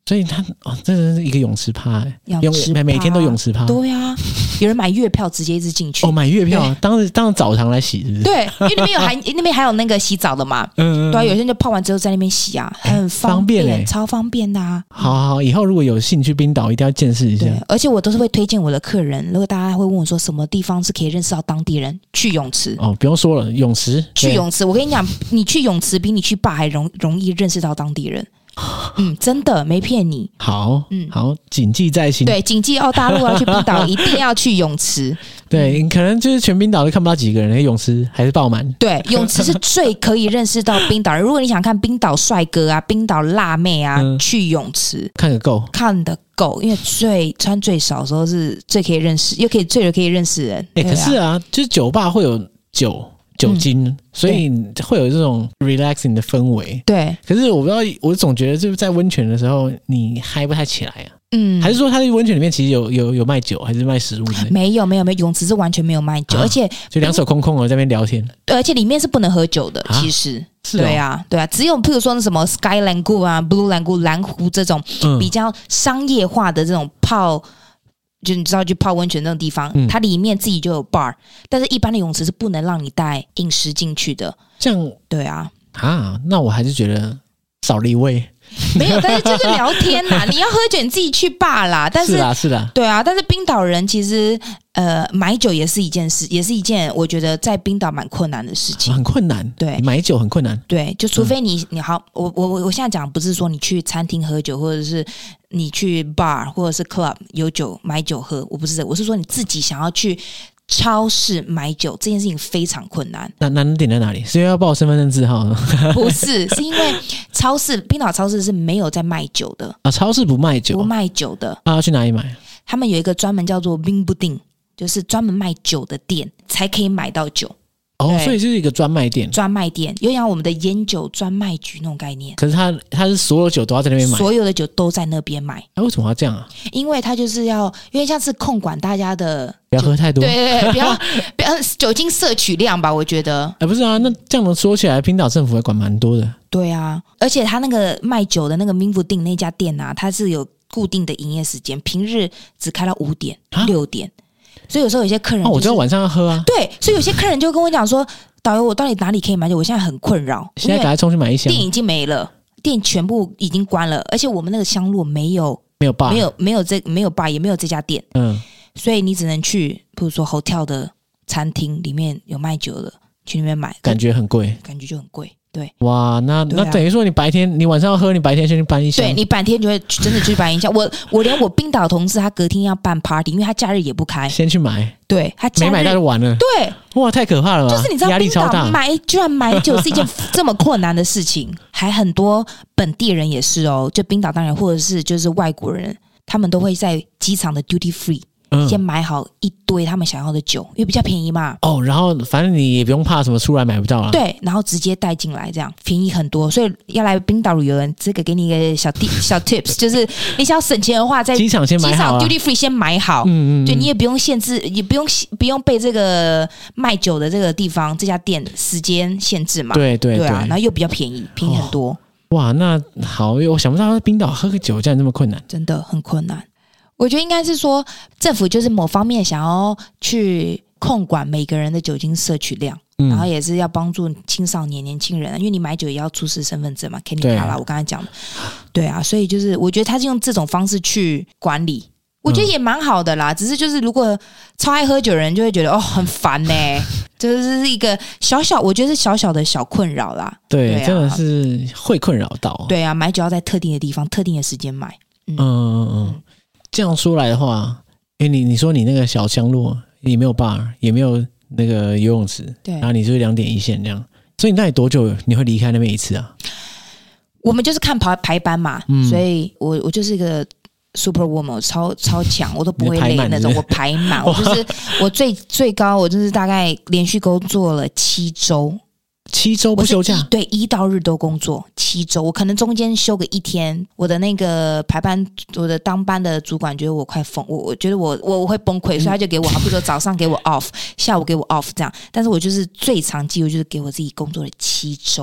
所以他真的是一个泳池趴泳池趴每天都泳池趴。 对啊，有人买月票直接一直进去。 买月票，当澡堂来洗是不是？ 对，因为那边还有那个洗澡的嘛。对啊，有些人就泡完之后在那边洗啊，很方便，超方便的啊。 好，以后如果有兴趣冰岛，一定要见识一下。 对，而且我都是会推荐我的客人，如果大家会问我说什么地方是可以认识到当地人，去泳池。 不用说了，泳池。 去泳池，我跟你讲，你去泳池比你去bar还容易认识到当地人。真的没骗你。 好，谨记在心。 对，谨记大陆要去冰岛，一定要去泳池。 对，可能就是全冰岛都看不到几个人，泳池还是爆满。 对，泳池是最可以认识到冰岛人。如果你想看冰岛帅哥啊、冰岛辣妹啊，去泳池看得够， 因为穿最少的时候是最可以认识，又可以最可以认识人。 可是就是酒吧会有酒精，所以会有这种 relaxing 的氛围。对，可是我不知道，我总觉得就是在温泉的时候，你嗨不太起来啊。还是说他在温泉里面其实有卖酒，还是卖食物？ 没有，泳池是完全没有卖酒，而且就两手空空的在那边聊天。 对，而且里面是不能喝酒的，其实。是对啊，只有譬如说那什么 Sky Lagoon 啊、Blue Lagoon 蓝湖这种比较商业化的这种就你知道去泡温泉那种地方，它里面自己就有 bar， 但是一般的泳池是不能让你带饮食进去的。这样对啊， 那我还是觉得少了一味。 没有，但是就是聊天啦。你要喝酒你自己去bar啦。但是是啦， 对啊。但是冰岛人其实买酒也是一件事，也是一件我觉得在冰岛蛮困难的事情。 很困难，对，买酒很困难。 对，就除非你好，我现在讲不是说你去餐厅喝酒，或者是你去 bar 或者是 club 有酒买酒喝，我不是这，我是说你自己想要去超市买酒这件事情非常困难。 难点在哪里？是因为要报身份证字号呢？ 不是，是因为冰岛超市是没有在卖酒的啊，超市不卖酒， 不卖酒的。 要去哪里买？ 他们有一个专门叫做 Vinbuding， 就是专门卖酒的店才可以买到酒。 所以就是一个专卖店， 有点像我们的烟酒专卖局那种概念。 可是他是所有酒都要在那边买， 所有的酒都在那边买。 为什么要这样啊？ 因为他就是要，因为像是控管大家的， 不要喝太多， 对，不要酒精摄取量吧，我觉得。 不是啊，那这样说起来，冰岛政府还管蛮多的。 对啊，而且他那个卖酒的那个Vinbuding那家店啊，它是有固定的营业时间，平日只开到5点、6点。所以有时候有些客人、 我知道晚上要喝啊。 对，所以有些客人就跟我讲说，导游，我到底哪里可以买酒？我现在很困扰。 现在赶快冲去买一箱。 店已经没了，店全部已经关了，而且我们那个乡落没有 bar， 没有 bar， 也没有这家店。所以你只能去，比如说 hotel 的餐厅里面有卖酒的，去那边买， 感觉很贵， 感觉就很贵。对， 哇，那等于说你晚上要喝，你白天先去搬一箱。 对，你白天就会真的去搬一箱。我连我冰岛同事他隔天要办 party， 因为他假日也不开， 先去买。 对，他假日没买到就完了。 对， 哇，太可怕了吧！ 就是你知道压力超大， 居然买酒是一件这么困难的事情，还很多本地人也是哦，就冰岛当然或者是就是外国人，他们都会在机场的 duty free。先买好一堆他们想要的酒，因为比较便宜嘛。然后反正你也不用怕什么出来买不到啊。 对，然后直接带进来，这样便宜很多。所以要来冰岛旅游人，这个给你一个小 tips， 就是你想要省钱的话，在机场先买好， 机场 duty free 先买好。对，你也不用限制，也不用被这个卖酒的这个地方这家店时间限制嘛。 对啊，然后又比较便宜很多。 哇，那好，我想不到冰岛喝个酒这样这么困难， 真的很困难。我觉得应该是说，政府就是某方面想要去控管每个人的酒精摄取量，然后也是要帮助青少年、年轻人，因为你买酒也要出示身份证嘛 ，Kenny 卡啦，我刚才讲的，对啊，所以就是我觉得他是用这种方式去管理，我觉得也蛮好的啦。只是就是如果超爱喝酒的人就会觉得很烦欸，就是一个我觉得是小小的小困扰啦。 对，真的是会困扰到。 对啊，买酒要在特定的地方、特定的时间买。 这样说来的话，因为你说你那个小乡落也没有 bar， 也没有那个游泳池，对，然后你就是2点1线这样，所以你到底多久你会离开那边一次啊？ 我们就是看排班嘛，所以我就是一个 super woman， 超强，我都不会累那种，我排满，我就是我最高，我就是大概连续工作了7周。 7周不休假？ 对，1到日都工作7周，我可能中间休个1天。我的那个排班，我的当班的主管觉得我快疯，我觉得我会崩溃，所以他就给我，比如说早上给我 off， 下午给我 off 这样。但是我就是最长记录就是给我自己工作了7周。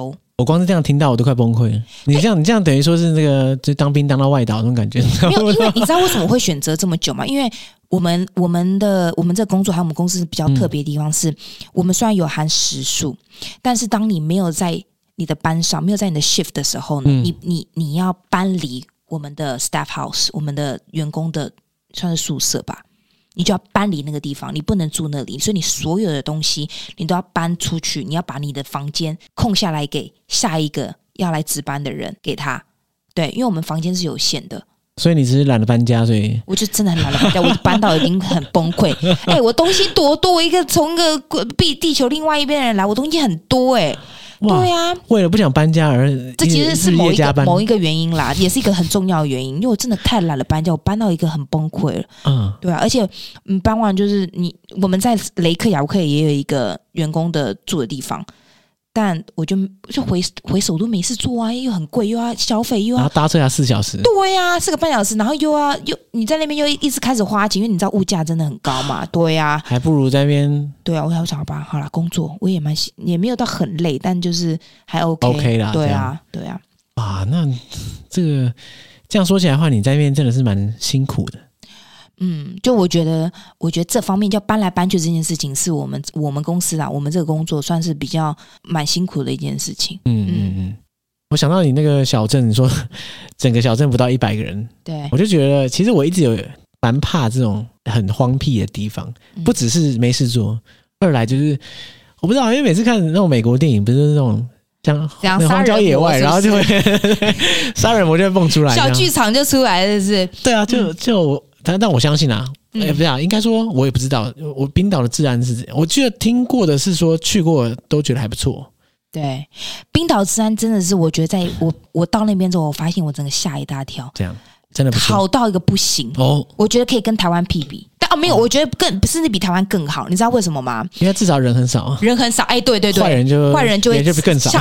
我光是这样听到我都快崩溃了。你这样等于说是那个就当兵当到外岛那种感觉。 没有，因为你知道为什么会选择这么久吗？因为我们这个工作还有我们公司比较特别的地方是，我们虽然有含时数，但是当你没有在你的班上，没有在你的 shift 的时候呢，你要搬离我们的 staff house， 我们的员工的算是宿舍吧。你就要搬离那个地方，你不能住那里，所以你所有的东西你都要搬出去，你要把你的房间空下来给下一个要来值班的人给他。对，因为我们房间是有限的， 所以你只是懒得搬家，所以我就真的很懒得搬家，我搬到已经很崩溃。我东西多多，我一个从一个地球另外一边的人来，我东西很多对啊， 为了不想搬家而这其实是某一个原因啦，也是一个很重要的原因，因为我真的太懒了搬家，我搬到一个很崩溃了。对啊，而且搬完就是我们在雷克雅未克也有一个员工的住的地方，但我就回首都没事做啊，又很贵，又要消费，又要然后搭车要4小时。 对啊，4个半小时，然后又你在那边又一直开始花钱，因为你知道物价真的很高嘛。对啊， 还不如在那边。 对啊，我想好吧，好啦，工作我也也没有到很累，但就是还 OK 啦。 对啊，对啊。 啊，那这样说起来的话，你在那边真的是蛮辛苦的。 就我觉得这方面叫搬来搬去这件事情，是我们公司啦，我们这个工作算是比较蛮辛苦的一件事情。 我想到你那个小镇，你说整个小镇不到100个人， 对， 我就觉得其实我一直有蛮怕这种很荒僻的地方，不只是没事做，二来就是我不知道，因为每次看那种美国电影，不是那种像荒郊野外，然后就会杀人魔就会蹦出来， 小剧场就出来了，是不是？ 对啊，但我相信啊，不是啊，应该说我也不知道，我冰岛的治安是，我记得听过的是说去过都觉得还不错。对， 冰岛治安真的是，我觉得在我到那边之后，我发现我整个吓一大跳， 这样真的不错， 好到一个不行哦。我觉得可以跟台湾比，但没有，我觉得甚至比台湾更好。你知道为什么吗？ 因为至少人很少， 人很少。对，坏人就会更少。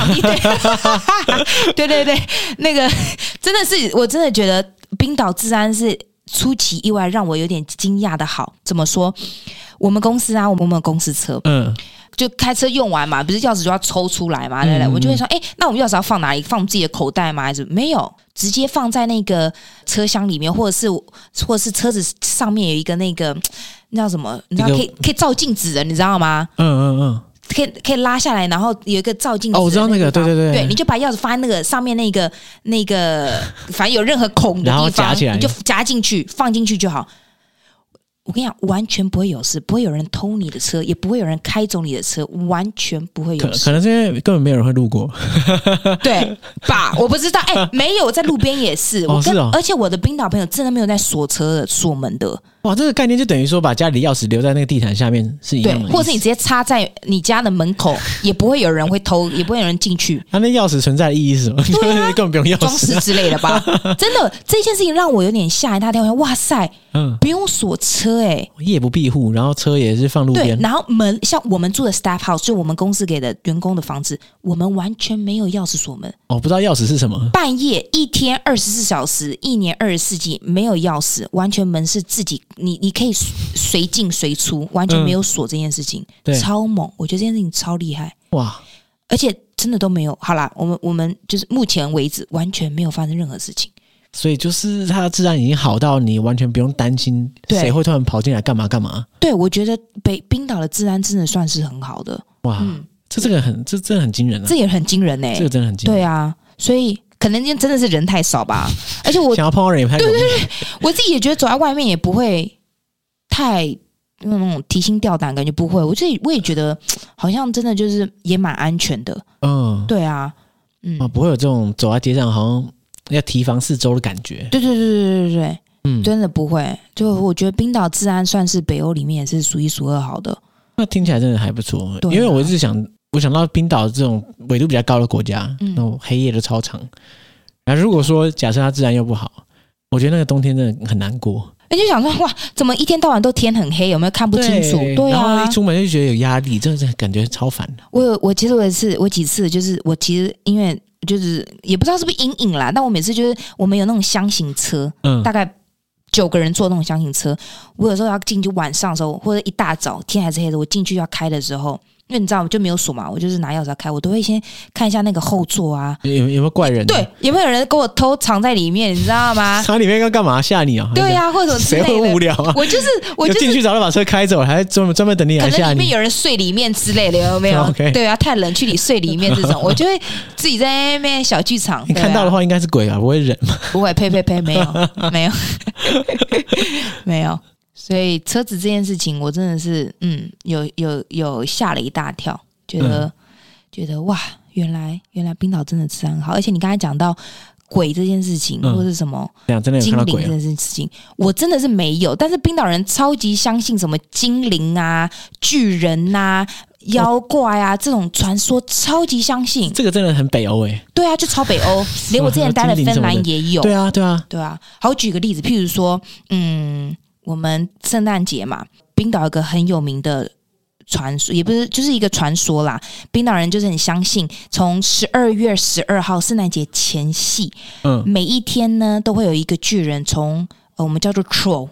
对，那个真的是，我真的觉得冰岛治安是出其意外，让我有点惊讶的好。怎么说？我们公司啊，我们有公司车，就开车用完嘛，不是钥匙就要抽出来嘛，对不对？我就会说，那我们钥匙要放哪里？放自己的口袋吗？还是没有？直接放在那个车厢里面，或者是车子上面有一个那个那叫什么？你知道可以照镜子的，你知道吗？可以拉下来，然后有一个照镜子。 我知道那个，对， 你就把钥匙放在那个上面那个，反正有任何孔的地方， 然后夹起来， 你就夹进去，放进去就好。我跟你讲，完全不会有事，不会有人偷你的车，也不会有人开走你的车，完全不会有事。 可能是因为根本没有人会路过， 对吧？我不知道，没有在路边也是。而且我的冰岛朋友真的没有在锁车的、锁门的。哇， 这个概念就等于说把家里的钥匙留在那个地毯下面是一样的， 对，或者是你直接插在你家的门口，也不会有人会偷，也不会有人进去。 那钥匙存在的意义是什么？ 对啊， 根本不用钥匙， 装饰之类的吧？真的，这件事情让我有点吓一大跳。哇塞，不用锁车夜不闭户，然后车也是放路边。 对，然后门像我们住的 staff house， 就我们公司给的员工的房子，我们完全没有钥匙锁门。 不知道钥匙是什么？ 半夜一天24小时，一年24季没有钥匙，完全门是自己，你可以随进随出，完全没有锁这件事情，超猛！我觉得这件事情超厉害哇！而且真的都没有。好啦，我们就是目前为止完全没有发生任何事情。 所以就是它的治安已经好到你完全不用担心谁会突然跑进来干嘛干嘛。对，我觉得冰岛的治安真的算是很好的。哇，这真的很惊人啊！这也很惊人这个真的很惊人。对啊，所以可能真的是人太少吧。而且我想要碰到人也不太容易。对，我自己也觉得走在外面也不会太那种提心吊胆，感觉不会。我也觉得好像真的就是也蛮安全的。对啊，不会有这种走在街上好像要提防四周的感觉。对，真的不会。就我觉得冰岛治安算是北欧里面也是数一数二好的。那听起来真的还不错。因为我想到冰岛这种纬度比较高的国家，那种黑夜都超长。然后如果说假设它治安又不好，我觉得那个冬天真的很难过。就想说哇，怎么一天到晚都天很黑，有没有看不清楚？对啊，然后一出门就觉得有压力，真的是感觉超烦的。我其实我几次就是我其实因为就是也不知道是不是阴影啦，但我每次就是我们有那种箱型车，大概9个人坐那种箱型车，我有时候要进去晚上的时候，或者一大早天还是黑的，我进去要开的时候， 因为你知道就没有锁嘛，我就是拿钥匙要开，我都会先看一下那个后座啊， 有没有怪人？ 对，有没有人给我偷藏在里面，你知道吗？ 藏里面要干嘛？吓你啊？ 对啊，或者之类的。 谁会无聊啊？ 我就是进去早就把车开走，还专门等你来吓你。 可能里面有人睡里面之类的，有没有？ okay. 对啊，太冷去你睡里面这种，我就会自己在那边小剧场。 你看到的话应该是鬼啊，不会人嘛？ 不会，呸，没有没有没有。所以车子这件事情，我真的是有吓了一大跳，觉得哇，原来冰岛真的治安好，而且你刚才讲到鬼这件事情，或是什么精灵这件事情，我真的是没有，但是冰岛人超级相信什么精灵啊、巨人啊、妖怪啊这种传说，超级相信。这个真的很北欧对啊，就超北欧，连我之前待的芬兰也有。 对啊。 好，我举个例子，譬如说，我们圣诞节嘛，冰岛有个很有名的传说，也不是，就是一个传说啦。冰岛人就是很相信，从12月12号圣诞节前夕，每一天呢都会有一个巨人从我们叫做 troll，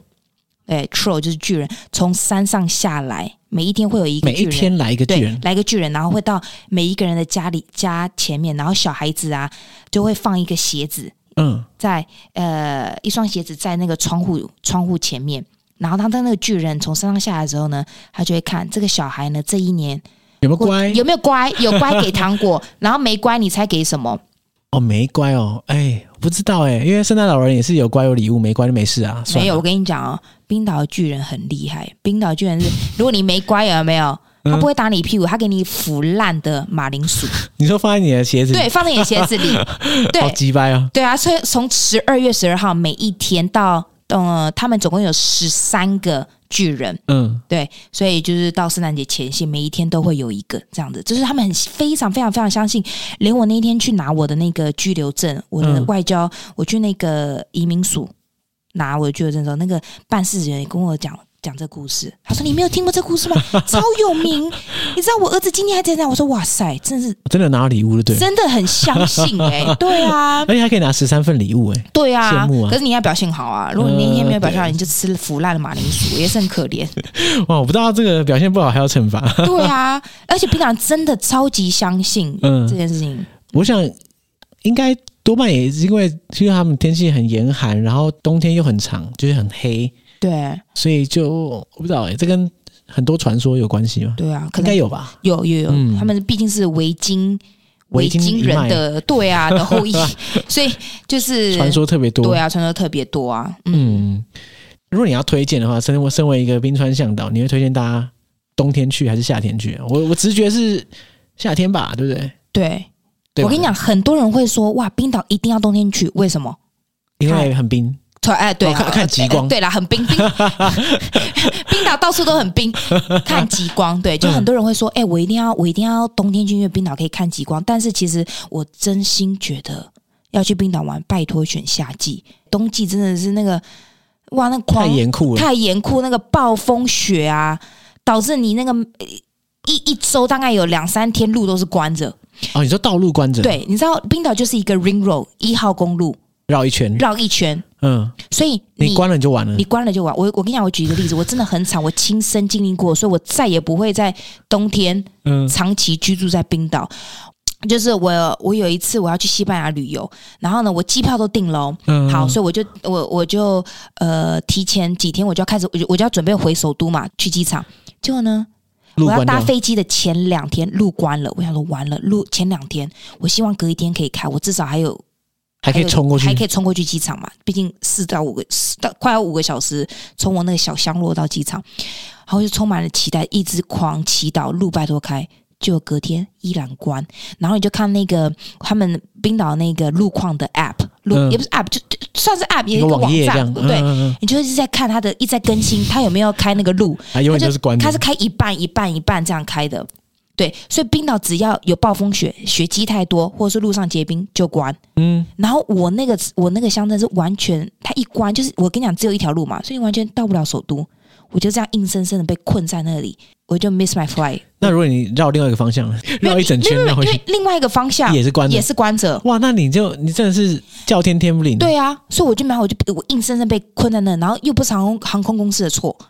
troll 就是巨人，从山上下来，每一天会有一个巨人， 每一天来一个巨人， 来一个巨人，然后会到每一个人的家前面，然后小孩子啊就会放一个鞋子。在一双鞋子在那个窗户前面，然后当那个巨人从山上下来的时候呢，他就会看这个小孩呢这一年有没有乖， 有乖给糖果，然后没乖你猜给什么？ 没乖哦，不知道因为圣诞老人也是有乖有礼物，没乖就没事啊。 没有，我跟你讲冰岛的巨人很厉害，冰岛巨人是如果你没乖有没有？他不会打你屁股，他给你腐烂的马铃薯。 你说放在你的鞋子里？对， 放在你的鞋子里。对， 好鸡掰哦。 对啊，所以从12月12号每一天到他们总共有13个巨人。对，所以就是到圣诞节前夕，每一天都会有一个这样子，就是他们非常非常非常相信。连我那一天去拿我的那个居留证，我的外交，我去那个移民署拿我的居留证的时候，那个办事人也跟我讲这故事，他说你没有听过这故事吗？超有名，你知道我儿子今天还在那，我说哇塞，真的拿到礼物了，对， 真的很相信对啊， 而且还可以拿13份礼物对啊， 羡慕啊！ 可是你要表现好啊，如果你那天没有表现好，你就吃腐烂的马铃薯，也是很可怜。 哇，我不知道这个表现不好还要惩罚。 对啊，而且平常真的超级相信这件事情。 我想应该多半也是因为他们天气很严寒，然后冬天又很长，就是很黑。对，所以就我不知道这跟很多传说有关系吗？对啊，应该有吧。有，他们毕竟是维京人的对啊的后裔，所以就是传说特别多。对啊，传说特别多啊。如果你要推荐的话，身为一个冰川向导，你会推荐大家冬天去还是夏天去？我直觉是夏天吧，对不对？对，我跟你讲，很多人会说哇，冰岛一定要冬天去，为什么？因为很冰。对，看极光。对啦，很冰。冰岛到处都很冰，看极光。对，就很多人会说，我一定要冬天去，因为冰岛可以看极光。但是其实我真心觉得要去冰岛玩，拜托选夏季，冬季真的是那个哇，那太严酷了，太严酷，那个暴风雪啊，导致你那个一周大概有2-3天路都是关着。你说道路关着？对，你知道冰岛就是一个 ring road 1号公路。绕一圈，所以你关了你就完了，我跟你讲，我举一个例子，我真的很惨，我亲身经历过，所以我再也不会在冬天长期居住在冰岛。就是我有一次我要去西班牙旅游，然后呢我机票都订了好，所以我就提前几天我就要开始我就要准备回首都嘛，去机场。结果呢我要搭飞机的前2天路关了，我想说完了，前2天我希望隔一天可以开，我至少还可以冲过去机场嘛，毕竟快要5个小时从我那个小乡落到机场，然后就充满了期待，一直狂祈祷路拜托开，就隔天依然关。然后你就看那个他们冰岛那个路况的 app，也不是 app， 就算是 app， 也是一个网站，对，你就一直在看它一直在更新，它有没有开那个路，永远就是关的，它是开一半这样开的。对，所以冰岛只要有暴风雪，雪积太多，或者是路上结冰就关。然后我那个乡镇是完全，它一关就是我跟你讲只有一条路嘛，所以完全到不了首都，我就这样硬生生的被困在那里，我就 miss my flight。那如果你绕另外一个方向，绕一整圈绕回去，因为另外一个方向也是关着，哇，那你真的是叫天天不灵。对啊，所以我硬生生被困在那，然后又不是航空公司的错。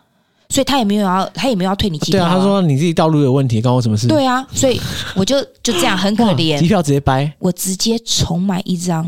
所以他也没有要退你机票、 对啊，他说你自己道路有问题，关我什么事？ 对啊，所以我就这样很可怜， 机票直接掰， 我直接重买一张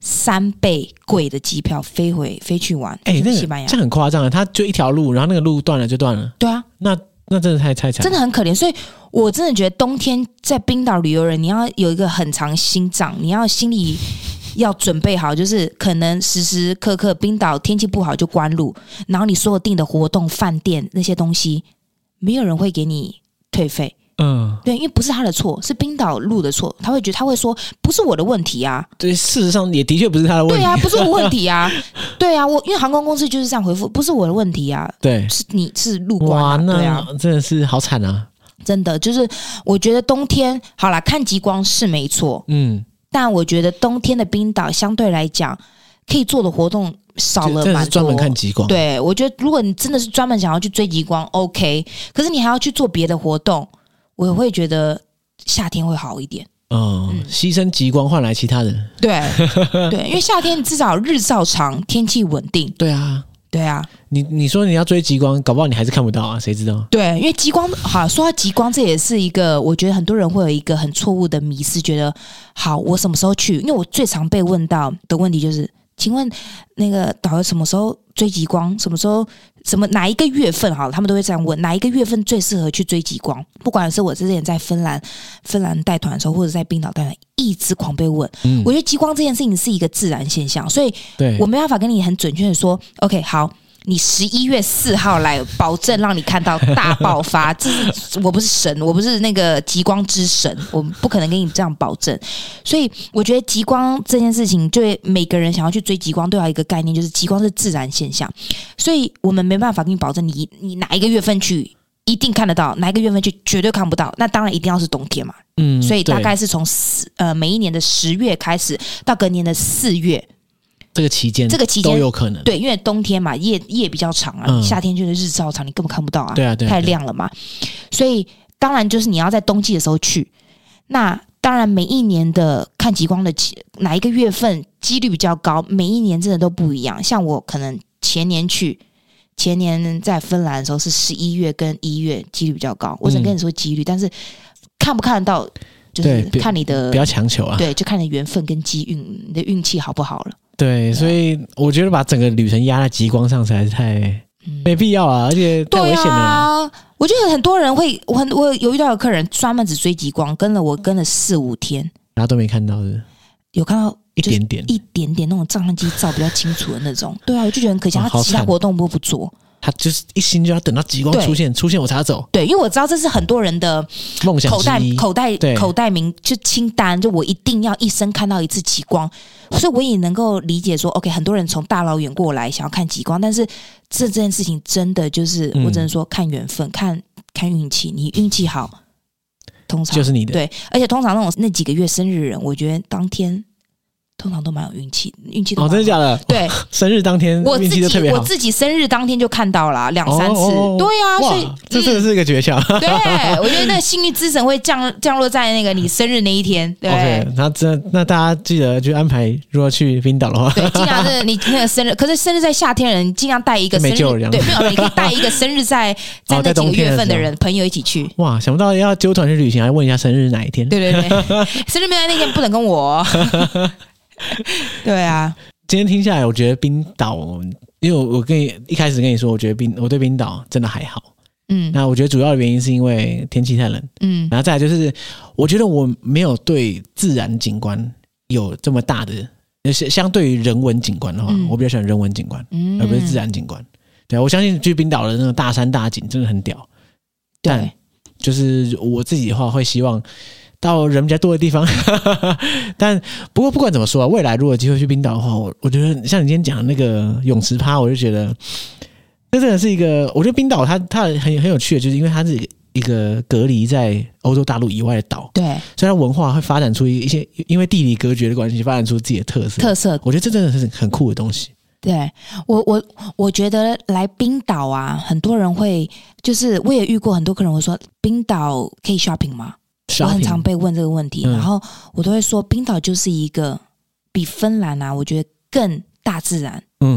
3倍贵的机票飞去玩。 那个西班牙这样很夸张啊！他就一条路，然后那个路断了就断了。 对啊， 那真的太惨， 真的很可怜。所以我真的觉得冬天在冰岛旅游人，你要有一个很长心脏，你要心里要准备好，就是可能时时刻刻冰岛天气不好就关路，然后你所有订的活动、饭店那些东西，没有人会给你退费。对，因为不是他的错，是冰岛路的错。他会说不是我的问题啊。 对，事实上也的确不是他的问题。 对啊，不是我问题啊。对啊，因为航空公司就是这样回复，不是我的问题啊。 对， 是你是路关啊。 哇，那对啊， 真的是好惨啊！ 真的就是我觉得冬天好啦，看极光是没错，但我觉得冬天的冰岛相对来讲可以做的活动少了蛮多。 专门看极光。 对，我觉得如果你真的是专门想要去追极光 OK， 可是你还要去做别的活动，我会觉得夏天会好一点。 牺牲极光换来其他人。 对对，因为夏天你至少日照长，天气稳定。 对啊。 对啊， 你说你要追极光，搞不好你还是看不到啊，谁知道？ 对，因为极光好，说到极光，这也是一个我觉得很多人会有一个很错误的迷思，觉得好，我什么时候去？因为我最常被问到的问题就是，请问那个导游什么时候追极光？什么时候哪一个月份？好了，他们都会这样问，哪一个月份最适合去追极光？不管是我之前在芬兰带团的时候，或者在冰岛带团，一直狂被问。我觉得极光这件事情是一个自然现象，所以我没办法跟你很准确的说 ，OK， 好。你11月4号来，保证让你看到大爆发。我不是神，我不是那个极光之神，我不可能给你这样保证。所以我觉得极光这件事情，就每个人想要去追极光，都要一个概念，就是极光是自然现象。所以我们没办法给你保证你哪一个月份去一定看得到，哪一个月份去绝对看不到。那当然一定要是冬天嘛。所以大概是从每一年的10月开始，到隔年的4月。 这个期间都有可能。 对，因为冬天嘛，夜比较长啊，夏天就是日照长，你根本看不到啊。 对啊， 太亮了嘛。所以当然就是你要在冬季的时候去。那当然每一年的看极光的哪一个月份几率比较高，每一年真的都不一样。像我可能前年在芬兰的时候是11月跟1月几率比较高。我只能跟你说几率，但是看不看得到就是看你的， 不要强求啊。 对，就看你的缘分跟机运，你的运气好不好了。 对，所以我觉得把整个旅程压在极光上实在是太没必要啊，而且太危险了啊。 我觉得很多人会，我有遇到的客人专门只追极光，跟了4-5天， 然后都没看到的， 有看到一点点那种照相机照比较清楚的那种。对啊，我就觉得很可惜，他其他活动不做。 他就是一心就要等到极光出现我才要走。 对，因为我知道这是很多人的梦想之一， 口袋名就清单，就我一定要一生看到一次极光。所以我也能够理解说 ，OK， 很多人从大老远过来想要看极光，但是这件事情真的就是，我只能说看缘分，看运气。你运气好，通常就是你的。 对，而且通常那几个月生日人，我觉得当天通常都蛮有运气都真的假的？ 对， 生日当天运气都特别好。 我自己生日当天就看到了2-3次。对啊，所以这真的是一个诀窍。 对，我觉得那个幸运之神会降落在那个你生日那一天。对 ，OK， 那大家记得就安排，如果去冰岛的话， 对，尽量是你那个生日，可是生日在夏天的人，尽量带一个生日，对，没有，你可以带一个生日在那几个月份的人朋友一起去。 哇，想不到要揪团去旅行，还问一下生日哪一天？ 对，生日没在那天不能跟我。对啊， 今天听下来，我觉得冰岛，因为我一开始跟你说，我觉得我对冰岛真的还好。那我觉得主要的原因是因为天气太冷。然后再来就是，我觉得我没有对自然景观有这么大的，相对于人文景观的话，我比较喜欢人文景观，而不是自然景观。对，我相信去冰岛的那种大山大景真的很屌，但就是我自己的话会希望到人比较多的地方。但不过不管怎么说啊，未来如果有机会去冰岛的话，我觉得像你今天讲的那个泳池趴，我就觉得这真的是一个，我觉得冰岛它很有趣的，就是因为它是一个隔离在欧洲大陆以外的岛， 对， 所以它文化会发展出一些因为地理隔绝的关系，发展出自己的特色。我觉得这真的是很酷的东西。 对，我觉得来冰岛啊，很多人会，就是我也遇过很多客人会说，冰岛可以 shopping 吗？我很常被问这个问题，然后我都会说，冰岛就是一个比芬兰啊，我觉得更大自然。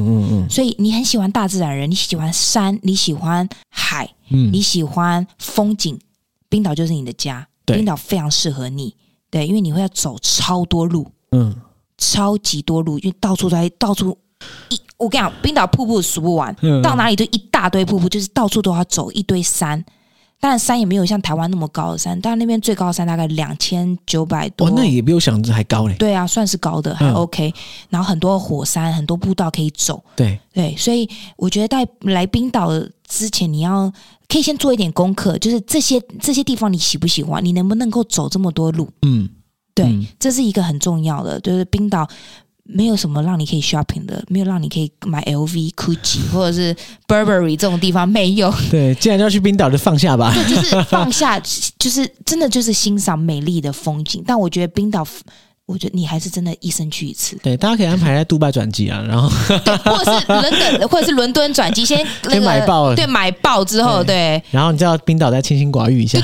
所以你很喜欢大自然人，你喜欢山，你喜欢海，你喜欢风景，冰岛就是你的家。冰岛非常适合你，对，因为你会要走超多路，超级多路，因为到处我跟你讲，冰岛瀑布数不完，到哪里都一大堆瀑布，就是到处都要走一堆山。当然山也没有像台湾那么高的山，但那边最高的山大概2900多。 那也比我想的还高嘞。 对啊，算是高的，还 OK。然后很多火山，很多步道可以走。对，所以我觉得在来冰岛之前，你可以先做一点功课，就是这些地方你喜不喜欢，你能不能够走这么多路？对，这是一个很重要的，就是冰岛。没有什么让你可以 shopping 的，没有让你可以买 LV、Gucci 或者是 Burberry 这种地方没有。 对，既然要去冰岛，就放下吧。 对，就是放下，就是真的就是欣赏美丽的风景。但我觉得冰岛，我觉得你还是真的一生去一次。 对，大家可以安排在杜拜转机啊，然后对，或者是伦敦转机，先买爆了。 对，买爆之后，对。 然后你知道冰岛再清心寡欲一下。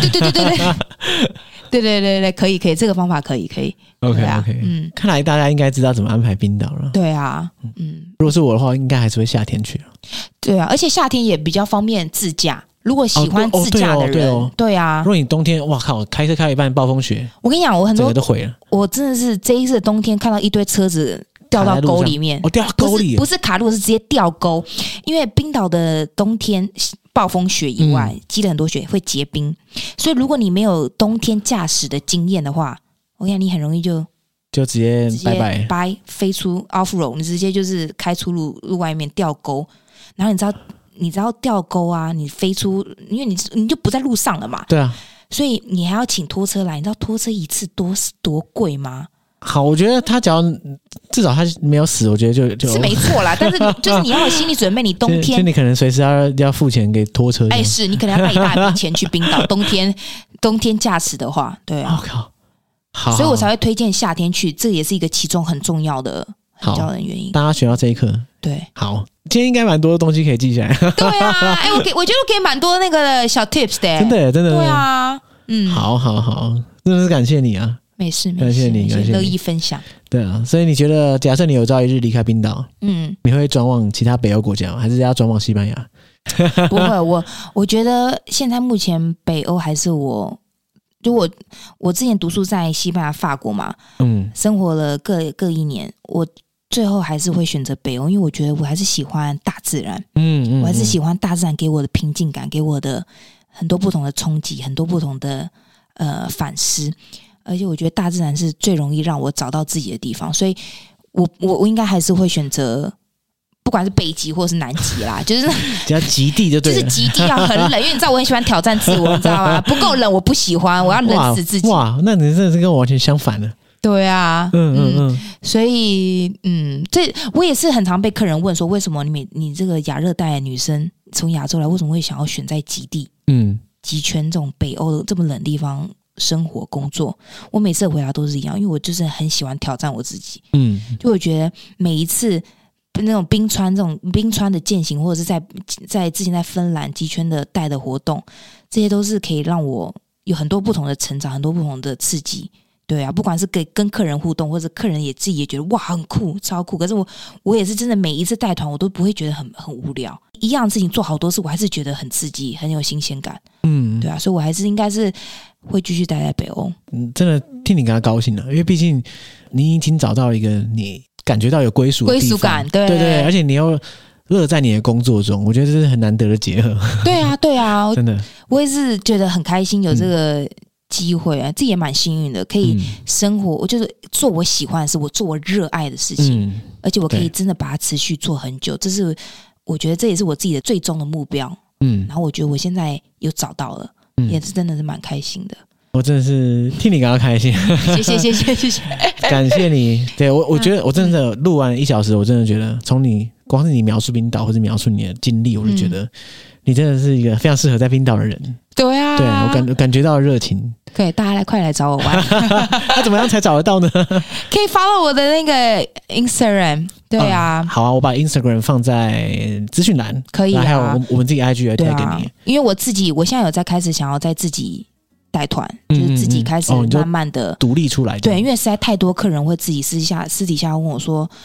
对，可以，这个方法可以。 OK， 看来大家应该知道怎么安排冰岛了。 对啊， 如果是我的话，应该还是会夏天去了。 对啊，而且夏天也比较方便自驾。如果喜欢自驾的人，对啊。 如果你冬天，哇靠，开车开一半暴风雪， 我跟你讲，我很多整个都毁了。 我真的是这一次的冬天看到一堆车子掉到沟里面， 掉到沟里， 不是卡路，是直接掉沟。因为冰岛的冬天暴风雪以外，积了很多雪，会结冰，所以如果你没有冬天驾驶的经验的话，我跟你讲，你很容易就直接拜飞出 off road， 你直接就是开出路外面掉沟，然后你知道掉沟啊，你飞出，因为你就不在路上了嘛， 对啊， 所以你还要请拖车来，你知道拖车一次多贵吗？ 好，我觉得他只要至少他没有死，我觉得就是没错啦。但是就是你要有心理准备，你冬天， 所以你可能随时要付钱给拖车。 是你可能要带一大笔钱去冰岛，冬天驾驶的话，对啊。 好， 所以我才会推荐夏天去，这也是一个其中很重要的原因。 大家学到这一课， 对， 好，今天应该蛮多东西可以记下来。 对啊，我觉得我给蛮多那个小 tips 的， 真的， 对啊， 好，真的是感谢你啊。 没事， 感谢你， 乐意分享。 对啊，所以你觉得，假设你有朝一日离开冰岛，你会转往其他北欧国家吗？还是要转往西班牙？ 不会，我觉得现在目前北欧还是我之前读书在西班牙、法国嘛，生活了各一年，我最后还是会选择北欧，因为我觉得我还是喜欢大自然，我还是喜欢大自然给我的平静感，给我的很多不同的冲击，很多不同的反思。而且我觉得大自然是最容易让我找到自己的地方，所以我应该还是会选择，不管是北极或是南极啦，就是只要极地就对了， 就是极地要很冷，因为你知道我很喜欢挑战自我，你知道吗？不够冷我不喜欢，我要冷死自己。 哇，那你真的是跟我完全相反了。 对啊，所以这我也是很常被客人问说，为什么你这个亚热带的女生从亚洲来，为什么会想要选在极地、极圈这种北欧的这么冷的地方生活工作？我每次的回答都是一样，因为我就是很喜欢挑战我自己。就我觉得每一次那种冰川的健行，或者是在之前在芬兰极圈的带的活动，这些都是可以让我有很多不同的成长，很多不同的刺激。对啊，不管是跟客人互动，或者客人也自己也觉得哇很酷超酷，可是我也是真的每一次带团我都不会觉得很无聊，一样的事情做好多次我还是觉得很刺激，很有新鲜感。对啊，所以我还是应该是会继续待在北欧。 真的替你感到高兴了，因为毕竟你已经找到一个你感觉到有归属感， 对，而且你又乐在你的工作中，我觉得这是很难得的结合。 对啊真的， 我也是觉得很开心有这个机会啊，自己也蛮幸运的，可以生活，我就是做我喜欢的事，我做我热爱的事情，而且我可以真的把它持续做很久，这是我觉得这也是我自己的最终的目标。然后我觉得我现在有找到了，也是真的是蛮开心的。 我真的是替你感到开心， 谢谢， 感谢你。对我觉得我真的录完1小时，我真的觉得从你光是你描述冰岛或者描述你的经历，我就觉得你真的是一个非常适合在冰岛的人。 对啊， 对我感觉到热情。 可以，大家快来找我玩。 那怎么样才找得到呢？ 可以 follow 我的那个 Instagram。对啊， 好啊，我把 Instagram 放在资讯栏， 可以啊。 还有我们自己 IG 来带给你。 因为我现在有在开始想要在自己带团，就是自己开始慢慢的独立出来。 对，因为实在太多客人会自己私底下问我说，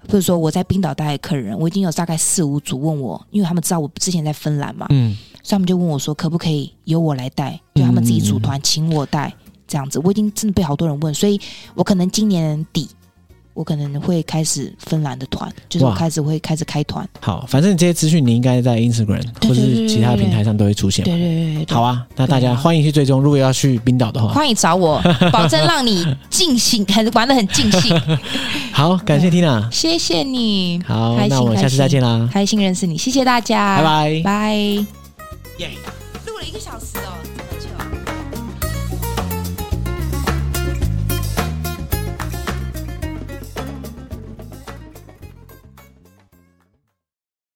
比如说我在冰岛带的客人，我已经有大概4-5组问我，因为他们知道我之前在芬兰嘛，所以他们就问我说可不可以由我来带，就他们自己组团请我带这样子。我已经真的被好多人问，所以我可能今年底我可能会开始芬兰的团，就是我会开始开团。 好，反正这些资讯你应该在 Instagram 或是其他平台上都会出现。 对， 好啊，那大家欢迎去追踪。如果要去冰岛的话， 欢迎找我，保证让你尽兴，玩得很尽兴。 好，感谢 Tina， 谢谢你。 好，那我们下次再见啦， 开心认识你，谢谢大家， 拜拜， 拜。 耶， 录了1个小时哦，真的久。